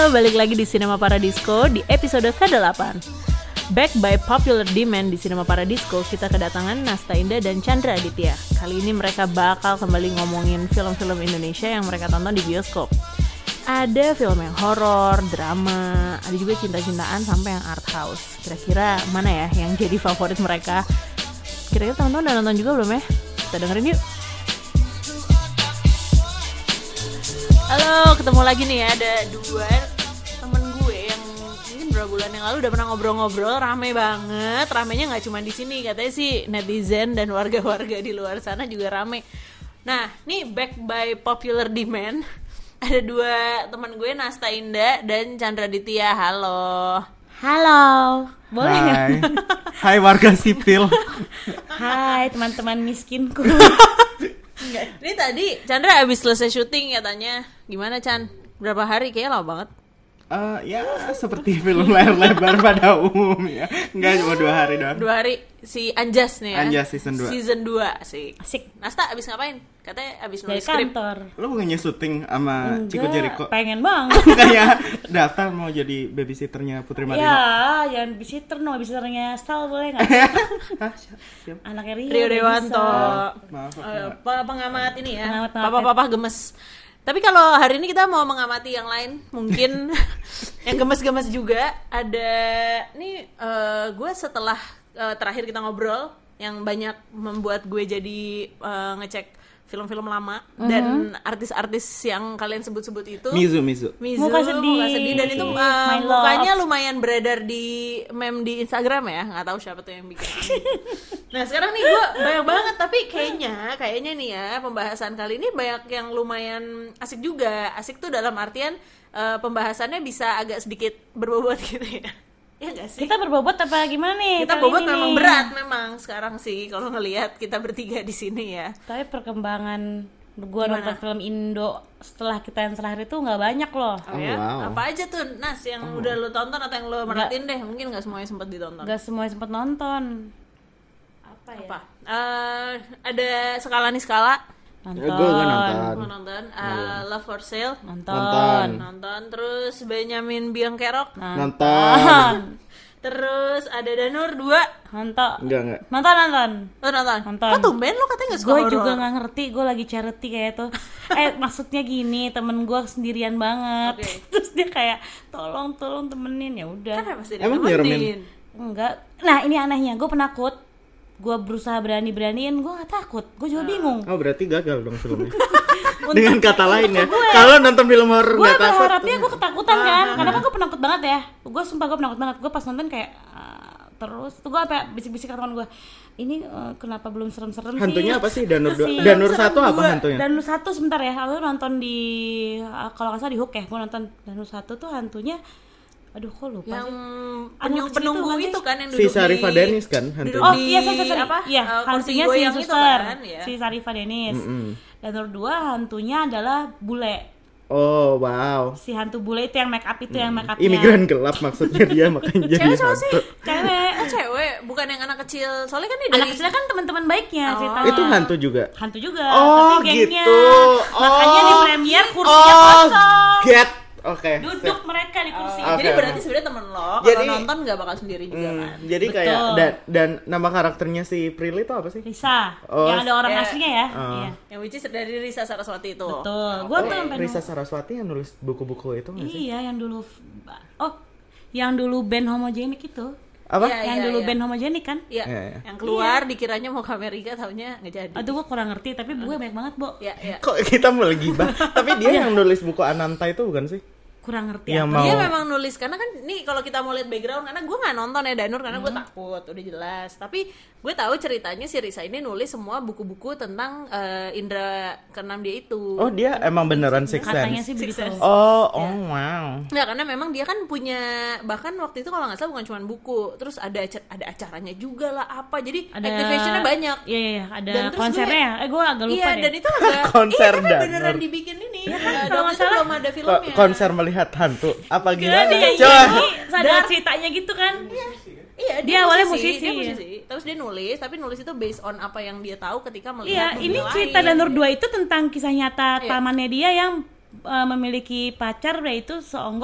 Halo, balik lagi di Cinema Paradisco di episode ke-8. Back by popular demand di Cinema Paradisco, kita kedatangan Nasta Indah dan Chandra Aditya. Kali ini mereka bakal kembali ngomongin film-film Indonesia yang mereka tonton di bioskop. Ada film yang horor, drama, ada juga cinta-cintaan sampai yang art house. Kira-kira mana ya yang jadi favorit mereka? Kira-kira teman-teman udah nonton juga belum ya? Kita dengerin yuk. Halo, ketemu lagi nih ya. Ada dua temen gue yang mungkin beberapa bulan yang lalu udah pernah ngobrol-ngobrol, rame banget. Ramenya nggak cuma di sini, katanya sih netizen dan warga-warga di luar sana juga rame. Nah, nih back by popular demand, ada dua teman gue, Nasta Indah dan Chandra Aditya. Halo. Halo, boleh nggak? Hai. Hai warga sipil. Hai teman-teman miskinku. Ini tadi Chandra abis selesai syuting katanya. Gimana Chan? Berapa hari? Kayaknya lama banget. Ya seperti film layar lebar pada umumnya. Enggak, cuma 2 hari doang. 2 hari. Si Anjas nih ya. Anjas season 2. Season 2 sih. Asik. Nasta abis ngapain? Katanya abis Dari nulis skrip. kantor. Lo bukannya syuting sama Chico Jericho? Pengen banget. Kayak daftar mau jadi babysitternya Putri Marino. Ya, jangan babysitter, no babysitternya Stal boleh nggak? Hah, siap. Anaknya Rio Dewanto. Maaf. Pengamat ini ya. Pengamat. Papa-papa gemes. Tapi kalau hari ini kita mau mengamati yang lain, mungkin yang gemes-gemes juga. Ada nih gue setelah terakhir kita ngobrol yang banyak membuat gue jadi ngecek film-film lama dan artis-artis yang kalian sebut-sebut itu. Mizu. Muka sedih. Dan itu My mukanya love. lumayan beredar di meme di Instagram ya, nggak tahu siapa tuh yang bikin ini. Nah sekarang nih gue banyak banget, tapi kayaknya nih ya pembahasan kali ini banyak yang lumayan asik juga. Asik tuh dalam artian pembahasannya bisa agak sedikit berbobot gitu ya. Ya gak sih? Kita berbobot apa gimana nih? Kita kali bobot ini memang nih? berat memang sekarang sih kalau ngelihat kita bertiga di sini ya. Tapi perkembangan gue Gimana? nonton film Indo setelah kita yang terakhir itu nggak banyak loh. Oh ya? wow. Apa aja tuh Nas yang udah lo tonton atau yang lo merhatiin deh? Mungkin nggak semuanya sempat ditonton. Gak semuanya sempat nonton. Apa ya? Apa? Ada Skala nih Skala. Nonton. Gue nonton. Mau nonton. Love for Sale. Nonton. Nonton. Terus Benyamin Biangkerok. Nonton. Terus ada Danur 2. Nonton. Enggak. Lo nonton? Nonton. Kok tumben lo katanya gak suka Gue horor? juga nggak ngerti, gue lagi charity kayak tuh. Maksudnya gini, temen gue sendirian banget. Oke. Terus dia kayak tolong temenin, ya udah. Kan pasti Emang nemenin. Enggak. Nah ini anehnya, gue penakut. Gue berusaha beraniin, gue nggak takut. Gue juga bingung. Oh berarti gagal dong filmnya. Dengan kata lain ya, kalau nonton film horor Gue nggak takut. berharapnya gue ketakutan kan, karena kan gue penakut banget ya. Gue sumpah gue penakut banget. Gue pas nonton kayak terus tuh gue apa bisik-bisik ke teman gue, ini kenapa belum serem-serem sih? Hantunya apa sih? Danur 2. Si- Danur serem 1 apa dua. hantunya? Danur 1 sebentar ya, aku nonton di kalau nggak salah di Hook ya, gue nonton Danur 1 tuh hantunya, aduh kok lupa Yang sih. penunggu, kecil penunggu itu itu kan yang Si duduk Sarifa di Denis kan hantunya. duduk Oh di iya, sorry. apa? Iya, kursi hantunya si goyang itu suster, kan ya. si Sarifa Denis. Danur 2 hantunya adalah bule. Oh wow. Si hantu bule itu yang make up itu yang make upnya. Imigran gelap maksudnya dia makanya jadi Cewek cowok sih? hantu. Cewek. Oh cewek, bukan yang anak kecil. Soalnya kan dia Anak dari kecilnya kan teman-teman baiknya ceritanya. Itu hantu juga. Hantu juga, Oh tapi gengnya. gitu. Makanya di Oh. premier kursinya kosong. Get. Oke. Duduk mereka di kursi. Oke, Jadi oke. berarti sebenarnya temen lo kalau Jadi- nonton nggak bakal sendiri juga kan. Jadi Betul. kayak dan nama karakternya si Prilly itu apa sih? Risa, Oh, yang ada orang ya. aslinya ya. Iya. Yang which is dari Risa Saraswati itu. Betul. Gua tuh sampai Risa Saraswati yang nulis buku-buku itu nggak sih? Iya, yang dulu yang dulu band homogenik itu. Apa? Iya, yang dulu band homogenik kan? Iya. Iya, iya. Yang keluar dikiranya mau ke Amerika, taunya nggak jadi. Aduh, gua kurang ngerti, tapi gue banyak banget, Bo. Iya, iya. Kok kita mulai gibah? Tapi dia yang nulis buku Ananta itu bukan sih? Kurang ngerti Yang apa. mau Dia memang nulis karena kan nih kalau kita mau lihat background, karena gue nggak nonton ya Danur karena gue takut udah jelas, tapi gue tahu ceritanya si Risa ini nulis semua buku-buku tentang Indra keenam dia itu. Oh, dia emang beneran Six Katanya Sense. sih begitu. Sense. Oh wow. Nggak, karena memang dia kan punya, bahkan waktu itu kalau nggak salah bukan cuma buku, terus ada acaranya juga lah apa, jadi Ada activationnya banyak. Iya, ada Dan terus konsernya. Gue agak lupa Iya, deh. dan itu agak Konser iya, kan Danur. beneran dibikin ini. Iya kan, Dan kalau nggak waktu itu salah. belum ada filmnya. Konser melihat hantu. Apa Kira gimana? dia Coba. nyanyi, ada ceritanya gitu kan. Iya, Dia awalnya musisi, dia ya. musisi. Terus dia nulis, tapi nulis itu based on apa yang dia tahu ketika Iya, melihat ini dunia cerita lain. Danur 2 itu tentang kisah nyata Iya. pamannya dia yang memiliki pacar, yaitu seonggok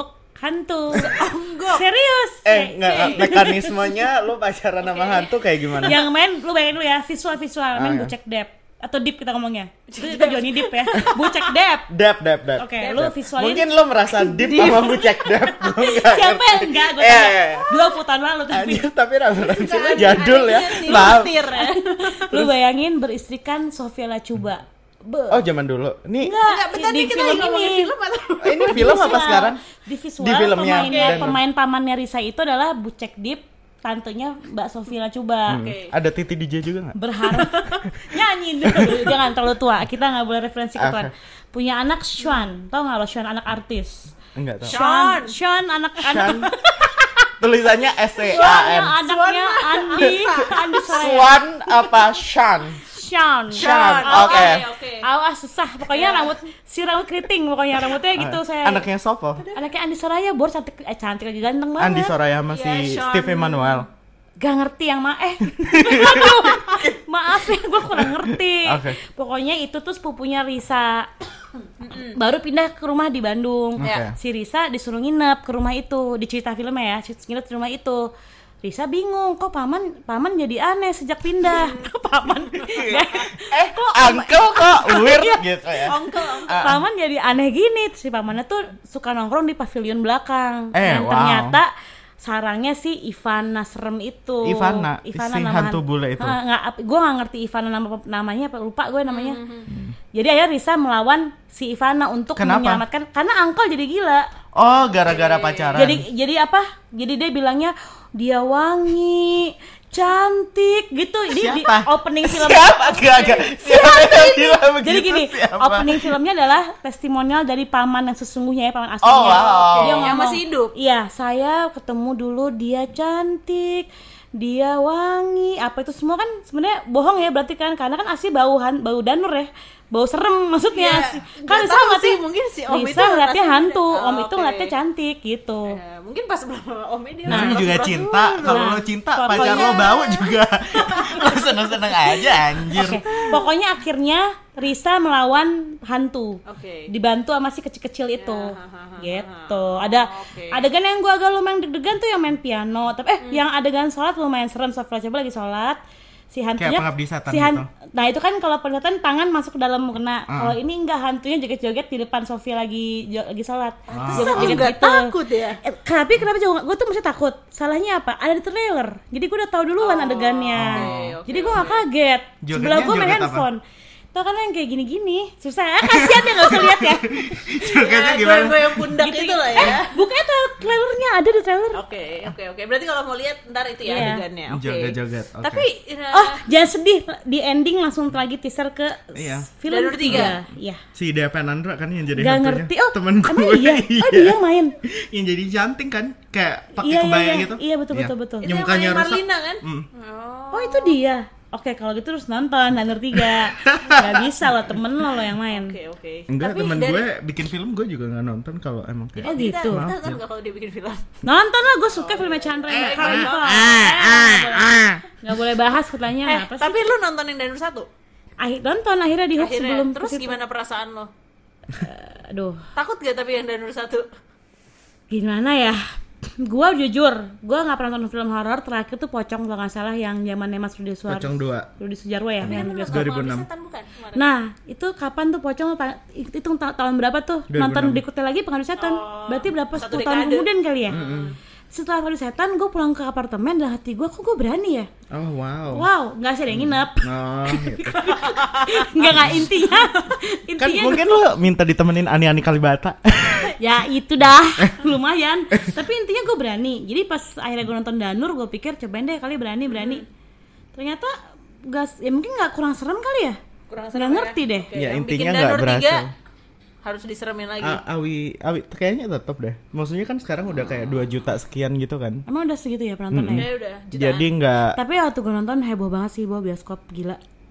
hantu. Enggak. Serius. Enggak, mekanismenya lu pacaran sama hantu kayak gimana? Yang main lu bayangin dulu ya, visual main ya. Bucek Depp atau Deep kita ngomongnya. Itu Johnny Depp ya. Bucek Depp. Dap. Oke, lu visualin. Mungkin lu merasa deep sama Bucek Dap. Siapa yang enggak? Gue tanya. 20 tahun lalu tapi. Tapi referensinya jadul ya. Maaf. Lu bayangin beristrikan Sofia Lachuba. Oh, zaman dulu. Nih, Enggak, bentar di nih kita film lagi ngomongin ini. film atau ini film apa sekarang? Di visual Di filmnya. pemain pamannya Risa itu adalah Bucek Deep, tantenya Mbak Sofia Lachuba. Ada Titi DJ juga nggak? Berharap nyanyi dulu, jangan terlalu tua, kita nggak boleh referensi ke tuan. Punya anak Sean, tau nggak lo Sean, anak artis? Enggak tahu. Sean anak Tulisannya S-E-A-N. anaknya Andi Soraya. Swan apa Sean? Sean. Oke. Awas susah, pokoknya rambut keriting, pokoknya rambutnya gitu saya. Anaknya Sopo? Anaknya Andi Soraya, bor cantik lagi ganteng banget. Andi Soraya masih Sean. Steve Emmanuel. Gak ngerti yang aduh, maaf ya gue kurang ngerti. Oke. Pokoknya itu tuh sepupunya Risa. Baru pindah ke rumah di Bandung. Oke. Si Risa disuruh nginep ke rumah itu, di cerita filmnya ya, nginep di rumah itu. Risa bingung, kok paman jadi aneh sejak pindah. Paman Uncle kok weird gitu ya. Uncle. paman jadi aneh gini. Si pamannya tuh suka nongkrong di pavilion belakang. Dan Wow. ternyata sarangnya si Ivana Serem itu. Ivana, si nama hantu bule itu. Gue nggak ngerti Ivana namanya apa, lupa gue namanya. Jadi akhirnya Risa melawan si Ivana untuk Kenapa? menyelamatkan, karena Uncle jadi gila. Oh, gara-gara pacaran. Jadi apa? Jadi dia bilangnya dia wangi, cantik gitu. Di Siapa? opening film. Siapa? Agak. Siapa yang bilang begitu? Jadi gini, Siapa? opening filmnya adalah testimonial dari paman yang sesungguhnya ya, paman aslinya. Oh, wow. Dia Yang ngomong, masih hidup. Iya, saya ketemu dulu dia cantik, dia wangi, apa itu semua kan sebenarnya bohong ya berarti kan, karena kan asli bau danur ya. Bau serem maksudnya. Iya, Kan nggak Risa tahu ngeliatnya sih, mungkin si Om Risa itu ngeliatnya rasanya- hantu, Om Oh, itu oke. ngeliatnya cantik gitu. Mungkin pas belum Om dia Namanya juga cinta. Kalau lo cinta, pokoknya- pacar lo bau juga. Lo seneng-seneng aja anjir. Oke, pokoknya akhirnya Risa melawan hantu. Oke. Dibantu sama si kecil-kecil itu. Ya, Gitu. Ada Oke. adegan yang gua agak lumayan deg-degan tuh yang main piano. Tapi yang adegan sholat lumayan serem. Sofia coba lagi sholat. Si hantunya pengabdi setan Nah, itu kan kalau penglihatan tangan masuk ke dalam mukena. Kalau ini enggak, hantunya joget-joget di depan Sofia lagi sholat. Joget-joget Nggak gitu. takut ya? Tapi kenapa juga gue tuh masih takut? Salahnya apa? Ada di trailer. Jadi gue udah tahu duluan adegannya. oke, Jadi gue gak kaget. Jogetnya Sebelah gue main joget apa? handphone. Tau kan yang kayak gini-gini susah. Kasihan ya gak usah lihat ya. Jogetnya gimana? Gue yang pundak itu lah ya. Bukannya trailernya ada di trailer. Oke. Berarti kalau mau lihat ntar itu ya Iya. adegannya. Oke. Joget-joget, oke. Tapi Oh, jangan sedih. Di ending langsung lagi teaser ke Iya. film Danur 3. Iya. Si Devan Andra kan yang jadi Gak hantunya. ngerti. Oh, temen gue. emang iya. Oh, dia yang main. Yang jadi janting kan, kayak pakai Iya, kebaya iya, gitu. iya, betul. Itu Yang yang mukanya main rusak. Marlina kan? Oh, itu dia. Oke, kalau gitu terus nonton Danur 3. Gak bisa lo, temen lo yang main. Oke. Enggak, Tapi temen dari- gue bikin film gue juga nggak nonton kalau emang kayak. Oh gitu. Kita nonton nggak kalau dia bikin film? Nonton lah, gue suka filmnya Chandra yang Khalifa. Nggak boleh bahas katanya. Apa sih? Tapi lu nonton yang Danur 1? Nonton akhirnya di hook Akhirnya, sebelum terus ke situ. gimana perasaan lo? Aduh, Takut gak tapi yang Danur 1? gimana ya? Gua jujur, gua nggak pernah nonton film horor. Terakhir tuh Pocong kalau nggak salah yang zamannya Mas Rudi Pocong 2. Rudi Sujarwo ya, yang Kan bioskop. 2006. Setan bukan? Kemarin. Nah, itu kapan tuh Pocong? Itu tahun berapa tuh? 2006. Nonton berikutnya lagi Pengabdi Setan. Berarti berapa? 10 satu tahun dekade. kemudian kali ya? Setelah Pengabdi Setan, gue pulang ke apartemen dan hati gue, kok gue berani ya? Oh wow. Wow, nggak sih ada yang nginep. Oh, gitu. Nggak intinya. Kan Intinya mungkin lo minta ditemenin Ani-Ani Kalibata. ya itu dah lumayan. Tapi intinya gue berani. Jadi pas akhirnya gue nonton Danur, gue pikir cobain deh kali berani. Ternyata ya mungkin nggak kurang serem kali ya. Kurang Nggak serem ya? ngerti deh. Oke, Ya, yang intinya bikin nggak Danur 3 berhasil. harus diseremin lagi. Awi kayaknya tetap deh. Maksudnya kan sekarang udah kayak 2 juta sekian gitu kan. Emang udah segitu ya penontonnya? Ya udah, jutaan. Jadi nggak Tapi waktu gue nonton heboh banget sih, bawa bioskop gila.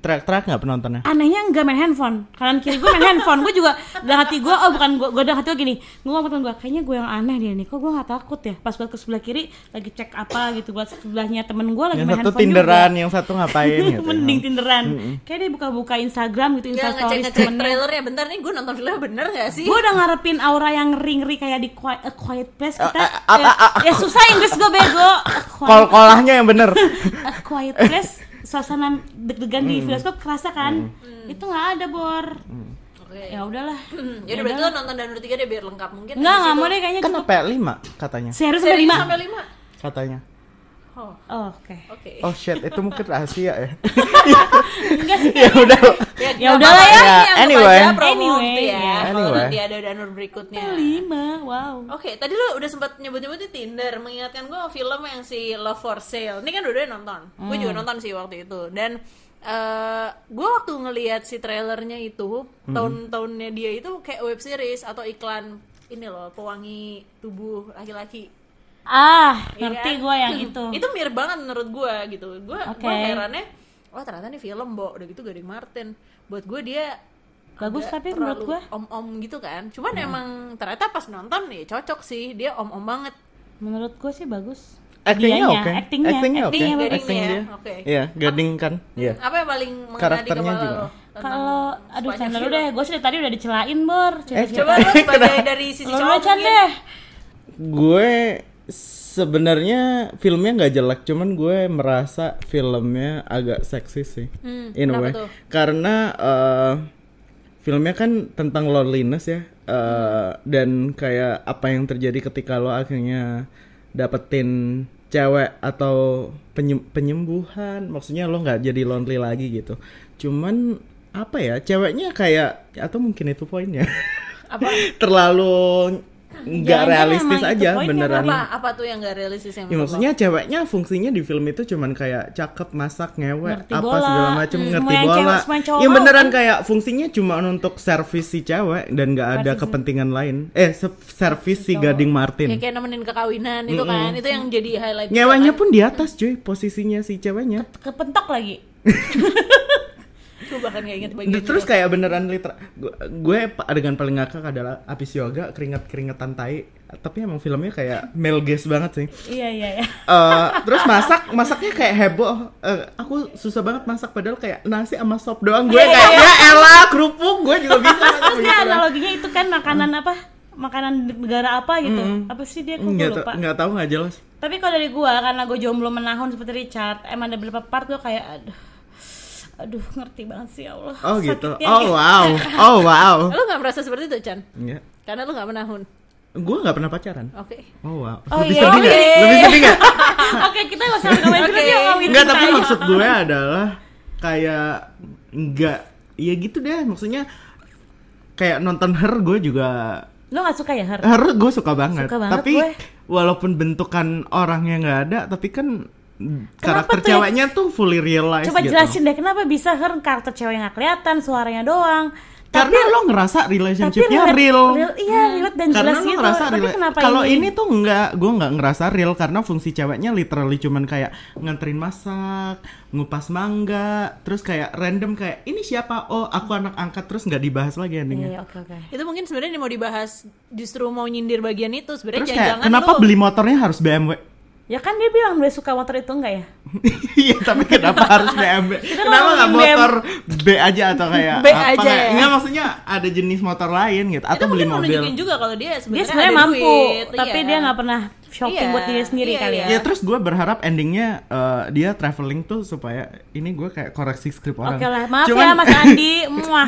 Teriak-teriak nggak penontonnya? Anehnya enggak main handphone, kanan kiri gue main handphone. Gue juga dalam hati gue, gue dalam hati gue gini, gue ngomong temen gue, kayaknya gue yang aneh dia nih, kok gue nggak takut ya. Pas gue ke sebelah kiri lagi cek apa gitu, gue sebelahnya temen gue lagi main Yang satu handphone tinderan, juga. yang satu ngapain gitu. Mending tinderan. Kayak dia buka-buka Instagram gitu, Nggak Instastories ngecek temennya. trailernya. Bentar nih, gue nonton filmnya bener gak sih? Gue udah ngarepin aura yang ngeri-ngeri kayak di A Quiet Place kita. Ya susah Inggris gue bego. Kol-kolahnya yang bener. A Quiet Place, suasana deg-degan di bioskop kerasa kan? Itu nggak ada, Bor. Oke. Ya udahlah. Ya udah berarti lo nonton Danur 3 deh biar lengkap mungkin. Nggak mau deh kayaknya Kan cukup. sampai 5 katanya. Serius Seri sampai 5. sampai 5. Katanya. Oh, Oh, oke. oke. Oh shit, itu mungkin rahasia ya. Enggak sih. Ya udah. Ya udahlah ya. Anyway. Anyway, ya. ya. Kalau Anyway. nanti ada Danur berikutnya. 5. Wow. Oke, tadi lo udah sempat nyebut-nyebut di Tinder, mengingatkan gue film yang si Love for Sale. Ini kan udah nonton, gue juga nonton sih waktu itu. Dan gue waktu ngelihat si trailernya itu, tahun-tahunnya dia itu kayak web series atau iklan ini loh, pewangi tubuh laki-laki. Iya Ngerti kan? gue yang itu. Itu mirip banget menurut gue gitu. Gue Oke. herannya, wah ternyata nih film udah gitu Gading Martin. Buat gue dia Bagus agak tapi menurut terlalu gue. om-om gitu kan. Cuman emang ternyata pas nonton nih cocok sih, dia om-om banget. Menurut gue sih bagus. Actingnya Dianya, oke. actingnya oke. Actingnya, gadingnya Acting ya? dia. Oke. Iya, gading kan. Iya. Apa yang paling mengena di Karakternya kepala juga. lo? tentang Kalau aduh sepanjang Chan lu film? deh, gue sih dari tadi udah dicelain, Bor. Coba lo sebagai dari sisi Lu cowok Chan mungkin. deh. Gue sebenarnya filmnya nggak jelek, cuman gue merasa filmnya agak seksi sih. In a kenapa way. tuh? Karena filmnya kan tentang loneliness ya. Dan kayak apa yang terjadi ketika lo akhirnya dapetin cewek atau penyembuhan, maksudnya lo nggak jadi lonely lagi gitu. Cuman apa ya, ceweknya kayak, atau mungkin itu poinnya, Apa? terlalu nggak Jangan-jangan realistis emang itu aja poinnya, beneran. Apa tuh yang gak realistis yang Ya, menurut maksudnya ceweknya fungsinya di film itu cuman kayak cakep, masak, ngewek, Ngerti apa bola. segala macam, Semua ngerti yang bola. cewek, semua yang cowok Ya mau, beneran kan? kayak fungsinya cuma untuk servis si cewek dan nggak ada Servis kepentingan lain. Servis si Gading Martin. kayak nemenin kekawinan itu kan, itu yang jadi highlight. Ngeweknya pun di atas cuy, posisinya si ceweknya. Kepentok lagi. Gue bahkan gak inget bagian Terus itu. kayak beneran gue adegan paling ngakak adalah abis yoga keringetan tai. Tapi emang filmnya kayak male gaze banget sih. Iya. Terus masaknya kayak heboh. Aku susah banget masak padahal kayak nasi sama sop doang. Gue kayak ya elah kerupuk gue juga bisa. Maksudnya analoginya itu kan makanan apa? Makanan negara apa gitu? Apa sih dia? Kok gue lupa. Nggak tahu, nggak jelas. Tapi kalau dari gua, karena gue jomblo menahun seperti Richard, emang ada beberapa part gue kayak aduh ngerti banget sih ya Allah. Oh gitu. Sakitnya Oh wow. Lo gak merasa seperti itu, Chan? Enggak. Karena lo gak menahun. Gue nggak pernah pacaran. Oke. Oh wow. Oh, Lebih iya. sedih nggak? Oke. Lebih sedih nggak? Oke, kita nggak usah ngomongin film yuk, ngomongin Enggak, tapi cinta aja. maksud gue adalah kayak enggak, ya gitu deh, maksudnya kayak nonton Her gue juga. Lo nggak suka ya, Her? Her gue suka banget. Suka banget Tapi gue. walaupun bentukan orangnya nggak ada, tapi kan karakter tuh ya? ceweknya tuh fully realized Coba gitu. jelasin deh kenapa bisa Her karakter cewek nggak kelihatan, suaranya doang. Karena lo ngerasa relationship-nya real. Iya, relate dan Karena jelas lo gitu. ngerasa Tapi real. kenapa Kalau ini tuh gue nggak ngerasa real karena fungsi ceweknya literally cuman kayak nganterin masak, ngupas mangga, terus kayak random kayak ini siapa? Oh, aku anak angkat, terus nggak dibahas lagi endingnya. Iya, oke. Itu mungkin sebenarnya mau dibahas, justru mau nyindir bagian itu sebenarnya. Terus kayak jangan-jangan kenapa lo- beli motornya harus BMW? Ya kan dia bilang dia suka motor itu enggak ya? Iya, tapi kenapa harus BMW? Kenapa nggak ngomongin motor B aja atau kayak B apa? aja kayak- ya? Nggak, maksudnya ada jenis motor lain gitu, Itu atau beli mungkin mau mobil. nunjukin juga kalau dia Dia sebenarnya sebenarnya ada mampu, duit, tapi iya. dia nggak pernah shopping Iya, buat diri sendiri iya, kali iya. ya. Ya terus gue berharap endingnya dia traveling tuh supaya ini gue kayak koreksi skrip orang. Oke lah, maaf Cuman, ya Mas Andi. Muah.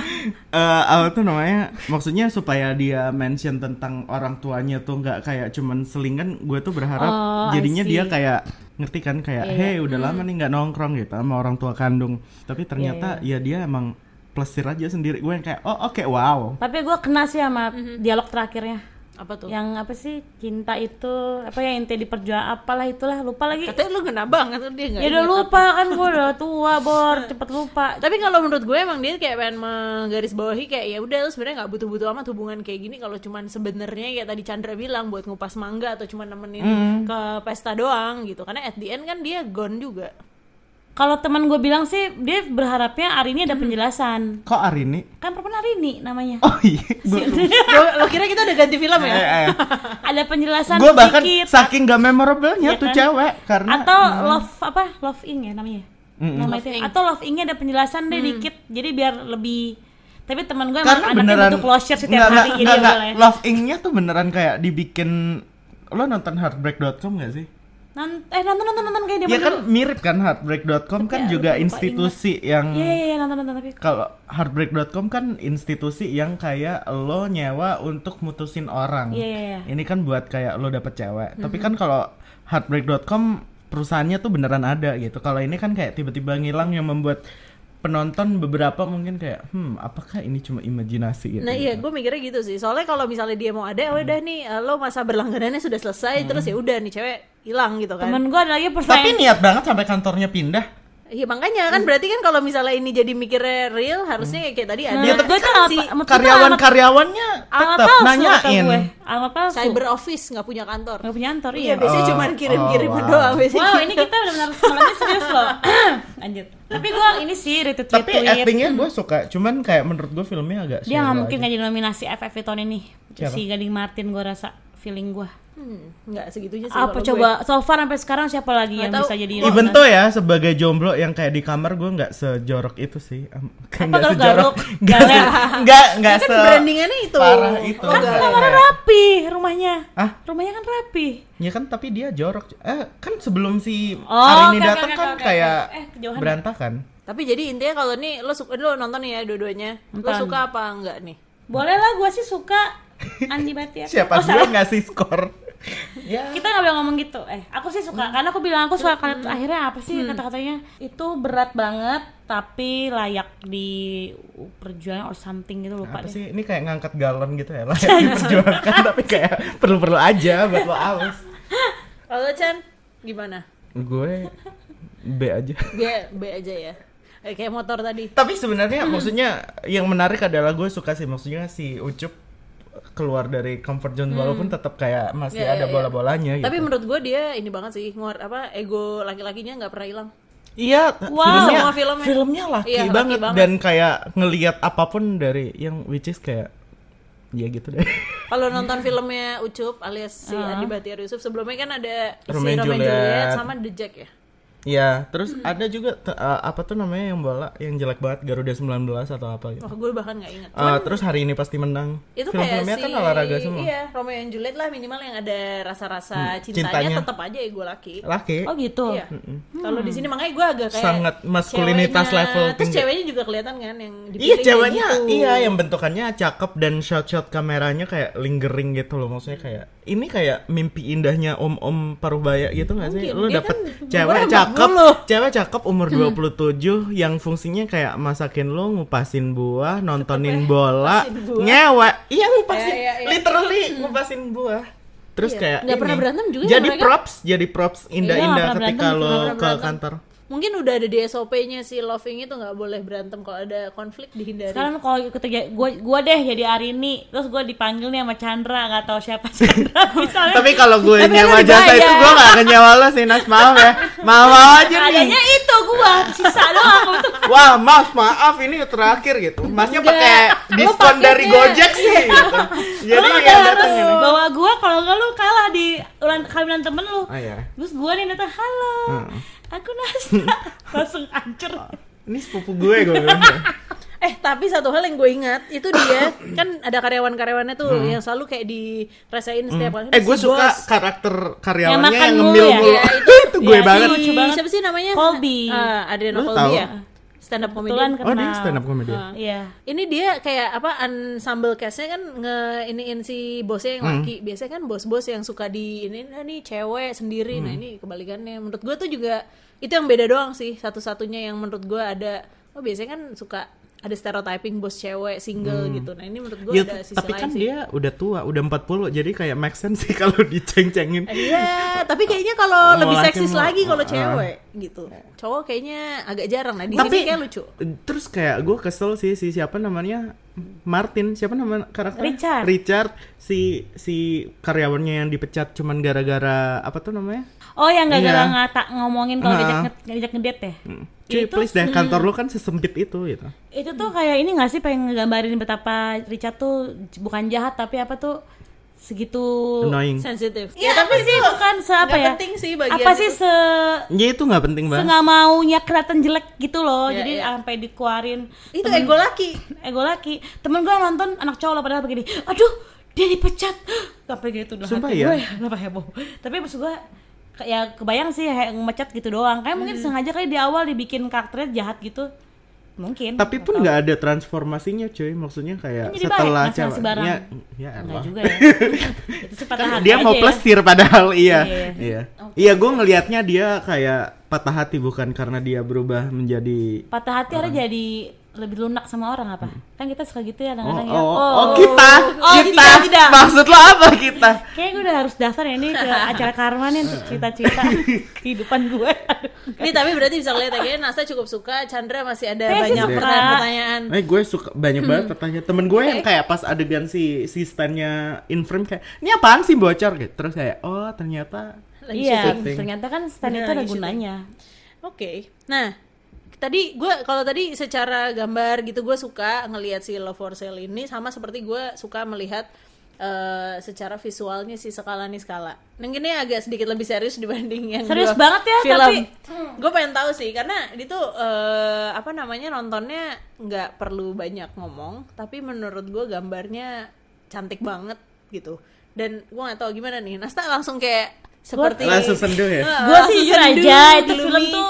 apa tuh namanya? Maksudnya supaya dia mention tentang orang tuanya tuh nggak kayak cuman selingan. Gue tuh berharap Oh, I jadinya see. dia kayak ngerti kan kayak hey udah lama nih nggak nongkrong gitu sama orang tua kandung. Tapi ternyata ya dia emang plesir aja sendiri. Gue yang kayak oh oke, wow. Tapi gue kena sih sama dialog terakhirnya. Apa tuh? Yang apa sih cinta itu apa yang inti diperjuang apalah itulah lupa lagi. Katanya lu ngena banget tuh dia nggak Ya udah inget lupa kan gue udah tua Bor cepet lupa. Tapi kalau menurut gue emang dia kayak pengen menggarisbawahi kayak ya udah lu sebenarnya nggak butuh-butuh amat hubungan kayak gini kalau cuman sebenarnya kayak tadi Chandra bilang buat ngupas mangga atau cuma nemenin ke pesta doang gitu, karena at the end kan dia gone juga. Kalau teman gue bilang sih dia berharapnya Arini ada penjelasan. Kok Arini? Kan perempuan Arini namanya. Oh iya. Lo kira kita udah ganti film ya? Ada penjelasan Gue bahkan dikit. saking gak memorable-nya Iya tuh kan? cewek karena Atau Love Ing ya namanya. Nama itu. Love Ing. Atau Love Ing-nya ada penjelasan deh dikit. Jadi biar lebih. Tapi teman gue karena emang anaknya beneran butuh closure setiap hari. Jadi enggak, boleh. Love Ing-nya tuh beneran kayak dibikin. Lo nonton heartbreak.com gak sih? Nonton kayak dia Ya kan mirip kan heartbreak.com kan aku juga lupa institusi yang Iya nonton tapi kalau heartbreak.com kan institusi yang kayak lo nyewa untuk mutusin orang. Iya. Ini kan buat kayak lo dapet cewek. Tapi kan kalau heartbreak.com perusahaannya tuh beneran ada gitu. Kalau ini kan kayak tiba-tiba ngilang yang membuat penonton beberapa mungkin kayak apakah ini cuma imajinasi gitu. Nah iya, gue mikirnya gitu sih. Soalnya kalau misalnya dia mau ada, udah nih lo masa berlangganannya sudah selesai, terus ya udah nih cewek hilang gitu kan. temen gue ada lagi Tapi pertanyaan. niat banget sampai kantornya pindah. Iya makanya kan berarti kan kalau misalnya ini jadi mikirnya real, harusnya kayak tadi ada. Nah, Ya, tapi gue kan tuh si Karyawan-karyawannya tetap nanyain. Alamat palsu. cyber office nggak punya kantor. Nggak punya kantor, Iya, iya. biasanya cuma kirim-kiriman wow. doang biasanya. Wow, ini kita benar-benar malamnya serius loh. Lanjut. Tapi gue ini sih retweet. Tapi actingnya gue suka, cuman kayak menurut gue filmnya agak Dia nggak shallow mungkin aja. nggak jadi nominasi FFV tahun ini. Siapa? Si Gading Martin gue rasa feeling gue. Nggak segitunya sih. Apa kalau coba so far sampai sekarang siapa lagi Nggak yang tahu. bisa jadi Even tuh ya sebagai jomblo yang kayak di kamar gue nggak sejorok itu sih. Kayak Apa nggak kalau sejorok, garuk? nggak Galer? nggak Kan se brandingannya itu. parah itu. Oh, Kan Nggak. kamarnya rapi rumahnya. Ah? Rumahnya kan rapi. Ya kan tapi dia jorok. Kan sebelum si Oh, Arini oke, datang oke, kan oke, kayak oke. Kejauhan. berantakan. Tapi jadi intinya kalau nih lo nonton nih ya dua-duanya. Lo Nonton. suka apa enggak nih? Boleh lah, gue sih suka Andi Batiar. Siapa Oh, gue salah. ngasih skor? Ya. Kita nggak boleh ngomong gitu. Aku sih suka karena aku bilang aku suka karena akhirnya apa sih kata-katanya itu berat banget tapi layak di perjuangan or something gitu, lupa Apa deh. sih? Ini kayak ngangkat galon gitu ya lah. Diperjuangkan tapi kayak perlu-perlu aja buat lo aus. Kalau Chan gimana? Gue B aja. B aja ya. Kayak motor tadi. Tapi sebenarnya maksudnya yang menarik adalah gue suka sih maksudnya si Ucup keluar dari comfort zone walaupun tetap kayak masih Ya, ada ya, ya. bola-bolanya gitu. Tapi menurut gue dia ini banget sih, ego laki-lakinya nggak pernah hilang. Iya, Wow, semua filmnya laki Iya, laki banget banget. dan kayak ngelihat apapun dari yang which is kayak ya gitu deh. Kalau nonton filmnya Ucup alias si Andi Batiar Yusuf sebelumnya kan ada si Romeo and Romeo and Juliet. Juliet sama The Jack ya. Iya, terus ada juga apa tuh namanya yang bola yang jelek banget Garuda 19 atau apa gitu. Wah gue bahkan nggak ingat. Terus hari ini pasti menang. Itu Film-filmnya kayak kan olahraga semua. Iya, Romeo and Juliet lah minimal yang ada rasa-rasa cintanya. cintanya tetap aja ego laki. Laki. Oh gitu. Iya. Kalau di sini makanya gue agak kayak Sangat maskulinitas ceweknya- level Terus tinggi. ceweknya juga kelihatan kan yang dipilih Iya kayak ceweknya gitu. iya yang bentukannya cakep dan shot kameranya kayak lingering gitu loh, maksudnya kayak ini kayak mimpi indahnya om-om Parubaya gitu nggak sih? Mungkin. Lu Dia dapet kan cewek umurnya cakep 40. cewek cakep umur 27 yang fungsinya kayak masakin lu, ngupasin buah, nontonin bola, ngupasin buah. ngewe, iya ngupasin, Iya. literally ngupasin buah. Terus Iya. kayak Nggak pernah ini, berantem juga jadi mereka. jadi props indah-indah Iya, nggak pernah ketika berantem, lo nggak pernah ke berantem. kantor. Mungkin udah ada di SOP-nya si Loving itu nggak boleh berantem, kalau ada konflik dihindari. Sekarang kalau ketika gue deh jadi Arini, terus gue dipanggil nih sama Chandra, nggak tahu siapa Chandra misalnya. Tapi kalau gue Tapi nyewa kan jasa dibayar. itu gue gak akan nyewa lo sih Nas, maaf ya. Maaf aja nih. Adanya itu gue sisa doang itu. Wah maaf ini terakhir gitu. Masnya Enggak. pakai Lo diskon paketnya. dari Gojek sih gitu. Jadi Lo yang harus datang ini. bawa gue, kalau nggak lu kalah di kawinan temen lu. Oh iya. Terus gue nih datang, halo, aku Nasta, langsung hancur. Ini sepupu gue bilang. Tapi satu hal yang gue ingat itu dia kan ada karyawan-karyawannya tuh yang selalu kayak dirasain setiap kali. Gue Si suka bos. karakter Yang karyawannya makan yang mulu ngemil ya? mulu. Ya, Itu gue Iya, banget. lucu banget. Siapa sih namanya? Colby. Adriano Lu Colby tahu? ya. Stand up Kebetulan comedian. Oh dia kenal. stand up comedian. Iya. Ini dia kayak apa ensemble cast-nya kan iniin si bosnya yang laki. Biasanya kan bos-bos yang suka di ini nih cewek sendiri. Nah, ini kebalikannya. Menurut gue tuh juga itu yang beda doang sih. Satu-satunya yang menurut gue ada biasanya kan suka ada stereotyping bos cewek single gitu. Nah, ini menurut gue Ya, ada sisi tapi lain kan sih. dia udah tua, udah 40, jadi kayak make sense sih kalau diceng-cengin. Iya, tapi kayaknya kalau lebih laki seksis mau- lagi kalau cewek gitu. Cowok kayaknya agak jarang. Nah, di Tapi sini kayak lucu. terus kayak gue kesel sih si siapa namanya Martin, siapa nama karakternya? Richard. Si karyawannya yang dipecat cuman gara-gara apa tuh namanya? Oh, yang gara-gara Iya. ngomongin kalau ngajak ngedate ya. Cuy, Itu- please deh, kantor lu kan sesempit itu gitu. Itu tuh kayak ini nggak sih, pengen ngegambarin betapa Richard tuh bukan jahat tapi apa tuh segitu Annoying. Sensitif. Ya, tapi sih bukan apa nggak ya? penting sih bagian Apa sih itu. Ya itu nggak penting banget. nggak maunya kelihatan jelek gitu loh. Ya, Jadi ya. sampai dikeluarin Itu ego laki. ego laki. Temen gue nonton anak cowok lah padahal begini. Aduh, dia dipecat. Sampai gitu udah Sumpah hati ya? gue kenapa heboh. Tapi maksud gue ya kebayang sih ngemecat gitu doang. Kayak mungkin sengaja kali di awal dibikin karakternya jahat gitu. Mungkin. Tapi pun nggak ada transformasinya cuy, maksudnya kayak Kan jadi setelah baik, ngasih barang. ya Enggak elah. juga ya. Itu sih patah hati Dia mau aja ya. plesir padahal iya. Iya. Iya, gue ngelihatnya dia kayak patah hati bukan karena dia berubah menjadi Patah hati ada jadi lebih lunak sama orang apa? Kan kita suka gitu ya kadang-kadang ya. kita. tidak. Maksud lo apa kita? Kayaknya gue udah harus daftar ya ini ke acara Karma nih untuk cerita-cerita kehidupan gue. Ini tapi berarti bisa lihat ya, kayaknya Nasta cukup suka, Chandra masih ada Saya sih banyak suka. pertanyaan. Gue suka banyak banget pertanyaan. Temen gue yang kayak pas adegan si stand-nya in frame kayak, ini apaan sih bocor gitu. Terus kayak, oh ternyata Lagi Iya, syuting. ternyata kan stand Bener, itu ada lagi syuting. gunanya. Oke. Nah, kalau tadi secara gambar gitu gue suka ngelihat si Love for Sale ini, sama seperti gue suka melihat secara visualnya si Skala nih Skala. Yang ini agak sedikit lebih serius dibanding yang Serius dua banget ya, film. tapi- Gue pengen tahu sih karena itu nontonnya nggak perlu banyak ngomong, tapi menurut gue gambarnya cantik banget gitu. Dan gue nggak tahu gimana nih, Nasta langsung kayak seperti langsung senduh ya. Gue sih jujur sendu, aja itu film gloomy. tuh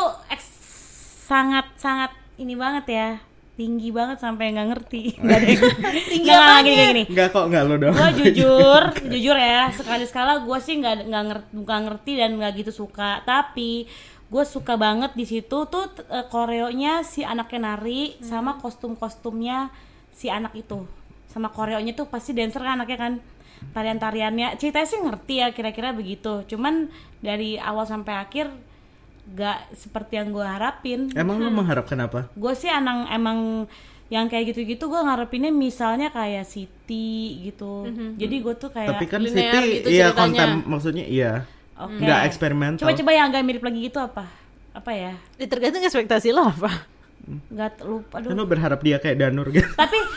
sangat ini banget ya, tinggi banget sampai nggak ngerti. Nggak ada yang- Tinggi Nggak, apanya? gini. Enggak kok, enggak lo dong. Gue jujur ya, sekali skala gue sih nggak ngerti dan nggak gitu suka. Tapi gue suka banget di situ tuh koreonya si anaknya nari sama kostumnya si anak itu, sama koreonya tuh pasti dancer kan anaknya kan, tarian-tariannya ceritanya sih ngerti ya kira-kira begitu. Cuman dari awal sampai akhir gak seperti yang gue harapin. Emang lo mengharapkan apa? Gue sih emang yang kayak gitu-gitu gue ngarepinnya misalnya kayak Siti gitu. Jadi gue tuh kayak Tapi kan linear Siti gitu iya ceritanya. konten maksudnya iya. Oke. Nggak eksperimental. Coba-coba yang agak mirip lagi gitu apa? Apa ya? Tergantung ekspektasi lo apa. Nggak lupa Kan aduh. lo berharap dia kayak Danur gitu.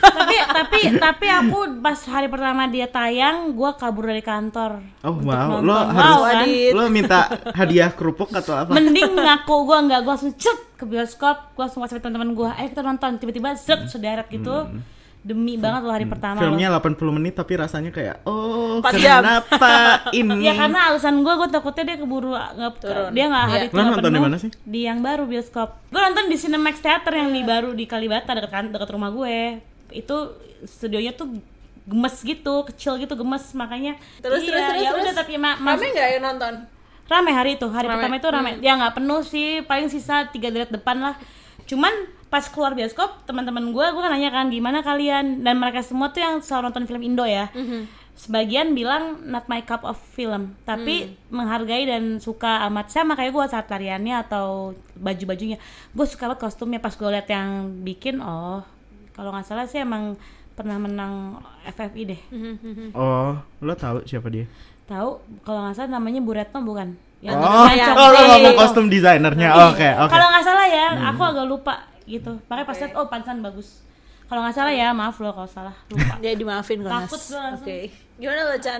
Tapi aku pas hari pertama dia tayang gue kabur dari kantor. Oh untuk wow, nonton. lo Wow, harus kan? Adit. lo minta hadiah kerupuk atau apa? Mending ngaku gue langsung cet ke bioskop, gue langsung WhatsApp teman-teman gue, ayo kita nonton, tiba-tiba set sederet gitu. Demi banget lo hari pertama Filmnya lo. 80 menit tapi rasanya kayak 4 jam. kenapa ini? Ya karena alasan gue takutnya dia keburu Turun. dia nggak hari Iya. itu Lo nggak nonton di penuh. mana sih? Di yang baru bioskop. Gue nonton di Cinemax Theater yang di baru di Kalibata dekat rumah gue. Itu studionya tuh gemes gitu, kecil gitu gemes makanya. Terus ya udah tapi Rame nggak yang nonton? rame hari itu hari Rame. pertama itu rame. Ya nggak penuh sih, paling sisa 3 deret depan lah. Cuman pas keluar bioskop teman-teman gue kan nanya kan gimana kalian, dan mereka semua tuh yang selalu nonton film Indo ya. Sebagian bilang not my cup of film, tapi menghargai dan suka amat sama kayak gue saat tariannya atau baju-bajunya. Gue suka banget kostumnya. Pas gue liat yang bikin, kalau nggak salah sih emang pernah menang FFI deh. Oh, lo tahu siapa dia? Tahu kalau nggak salah namanya Bu Retno bukan? Yang Oh, ngancam. lo ngomong Iya. kostum desainernya. Oke. Kalau nggak salah ya, aku agak lupa gitu. Makanya pas liat, pantesan bagus. Kalau nggak salah ya, maaf loh kalau salah. Lupa. Dia dimaafin kok. Takut Nas. gue langsung. Oke. Gimana lo Chan?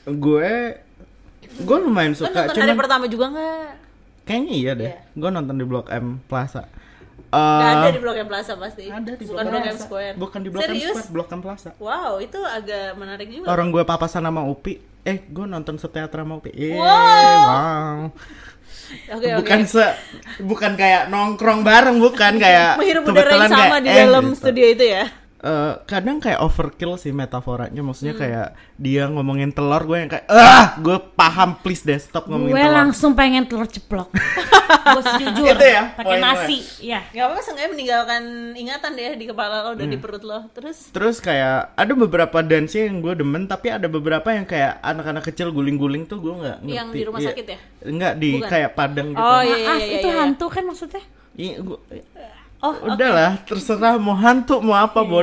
Gue lumayan Lo suka, nonton hari cuman pertama juga nggak? kayaknya iya deh. Iya. Gue nonton di Blok M Plaza. Nggak ada di Blok M Plaza pasti. Ada di Bukan Blok M Square. Bukan di Blok M Serius? Square, Blok M Plaza. Wow, itu agak menarik juga. Orang gue papasan sama Upi. Gue nonton seteater sama Upi. Wow. Wow. Oke, Bukan kayak nongkrong bareng, bukan kayak Menghirup udara yang kebetulan sama kayak, di dalam gitu. studio itu ya. Kadang kayak overkill sih metaforanya, maksudnya Hmm. kayak dia ngomongin telur, gue yang kayak gue paham, please deh stop ngomongin Gue telur. langsung pengen telur ceplok. Gue jujur. Itu ya, Pakai poin gue. nasi, ya. Gak apa-apa, seenggaknya meninggalkan ingatan deh di kepala lo dan di perut lo. Terus kayak ada beberapa dance yang gue demen, tapi ada beberapa yang kayak anak-anak kecil guling-guling tuh gue nggak ngerti. Yang di rumah Iya. sakit ya? Enggak, di Bukan. kayak Padang gitu. Oh iya. Maaf, itu hantu kan maksudnya? Iya, Oh, udahlah, terserah mau hantu mau apa bodoh.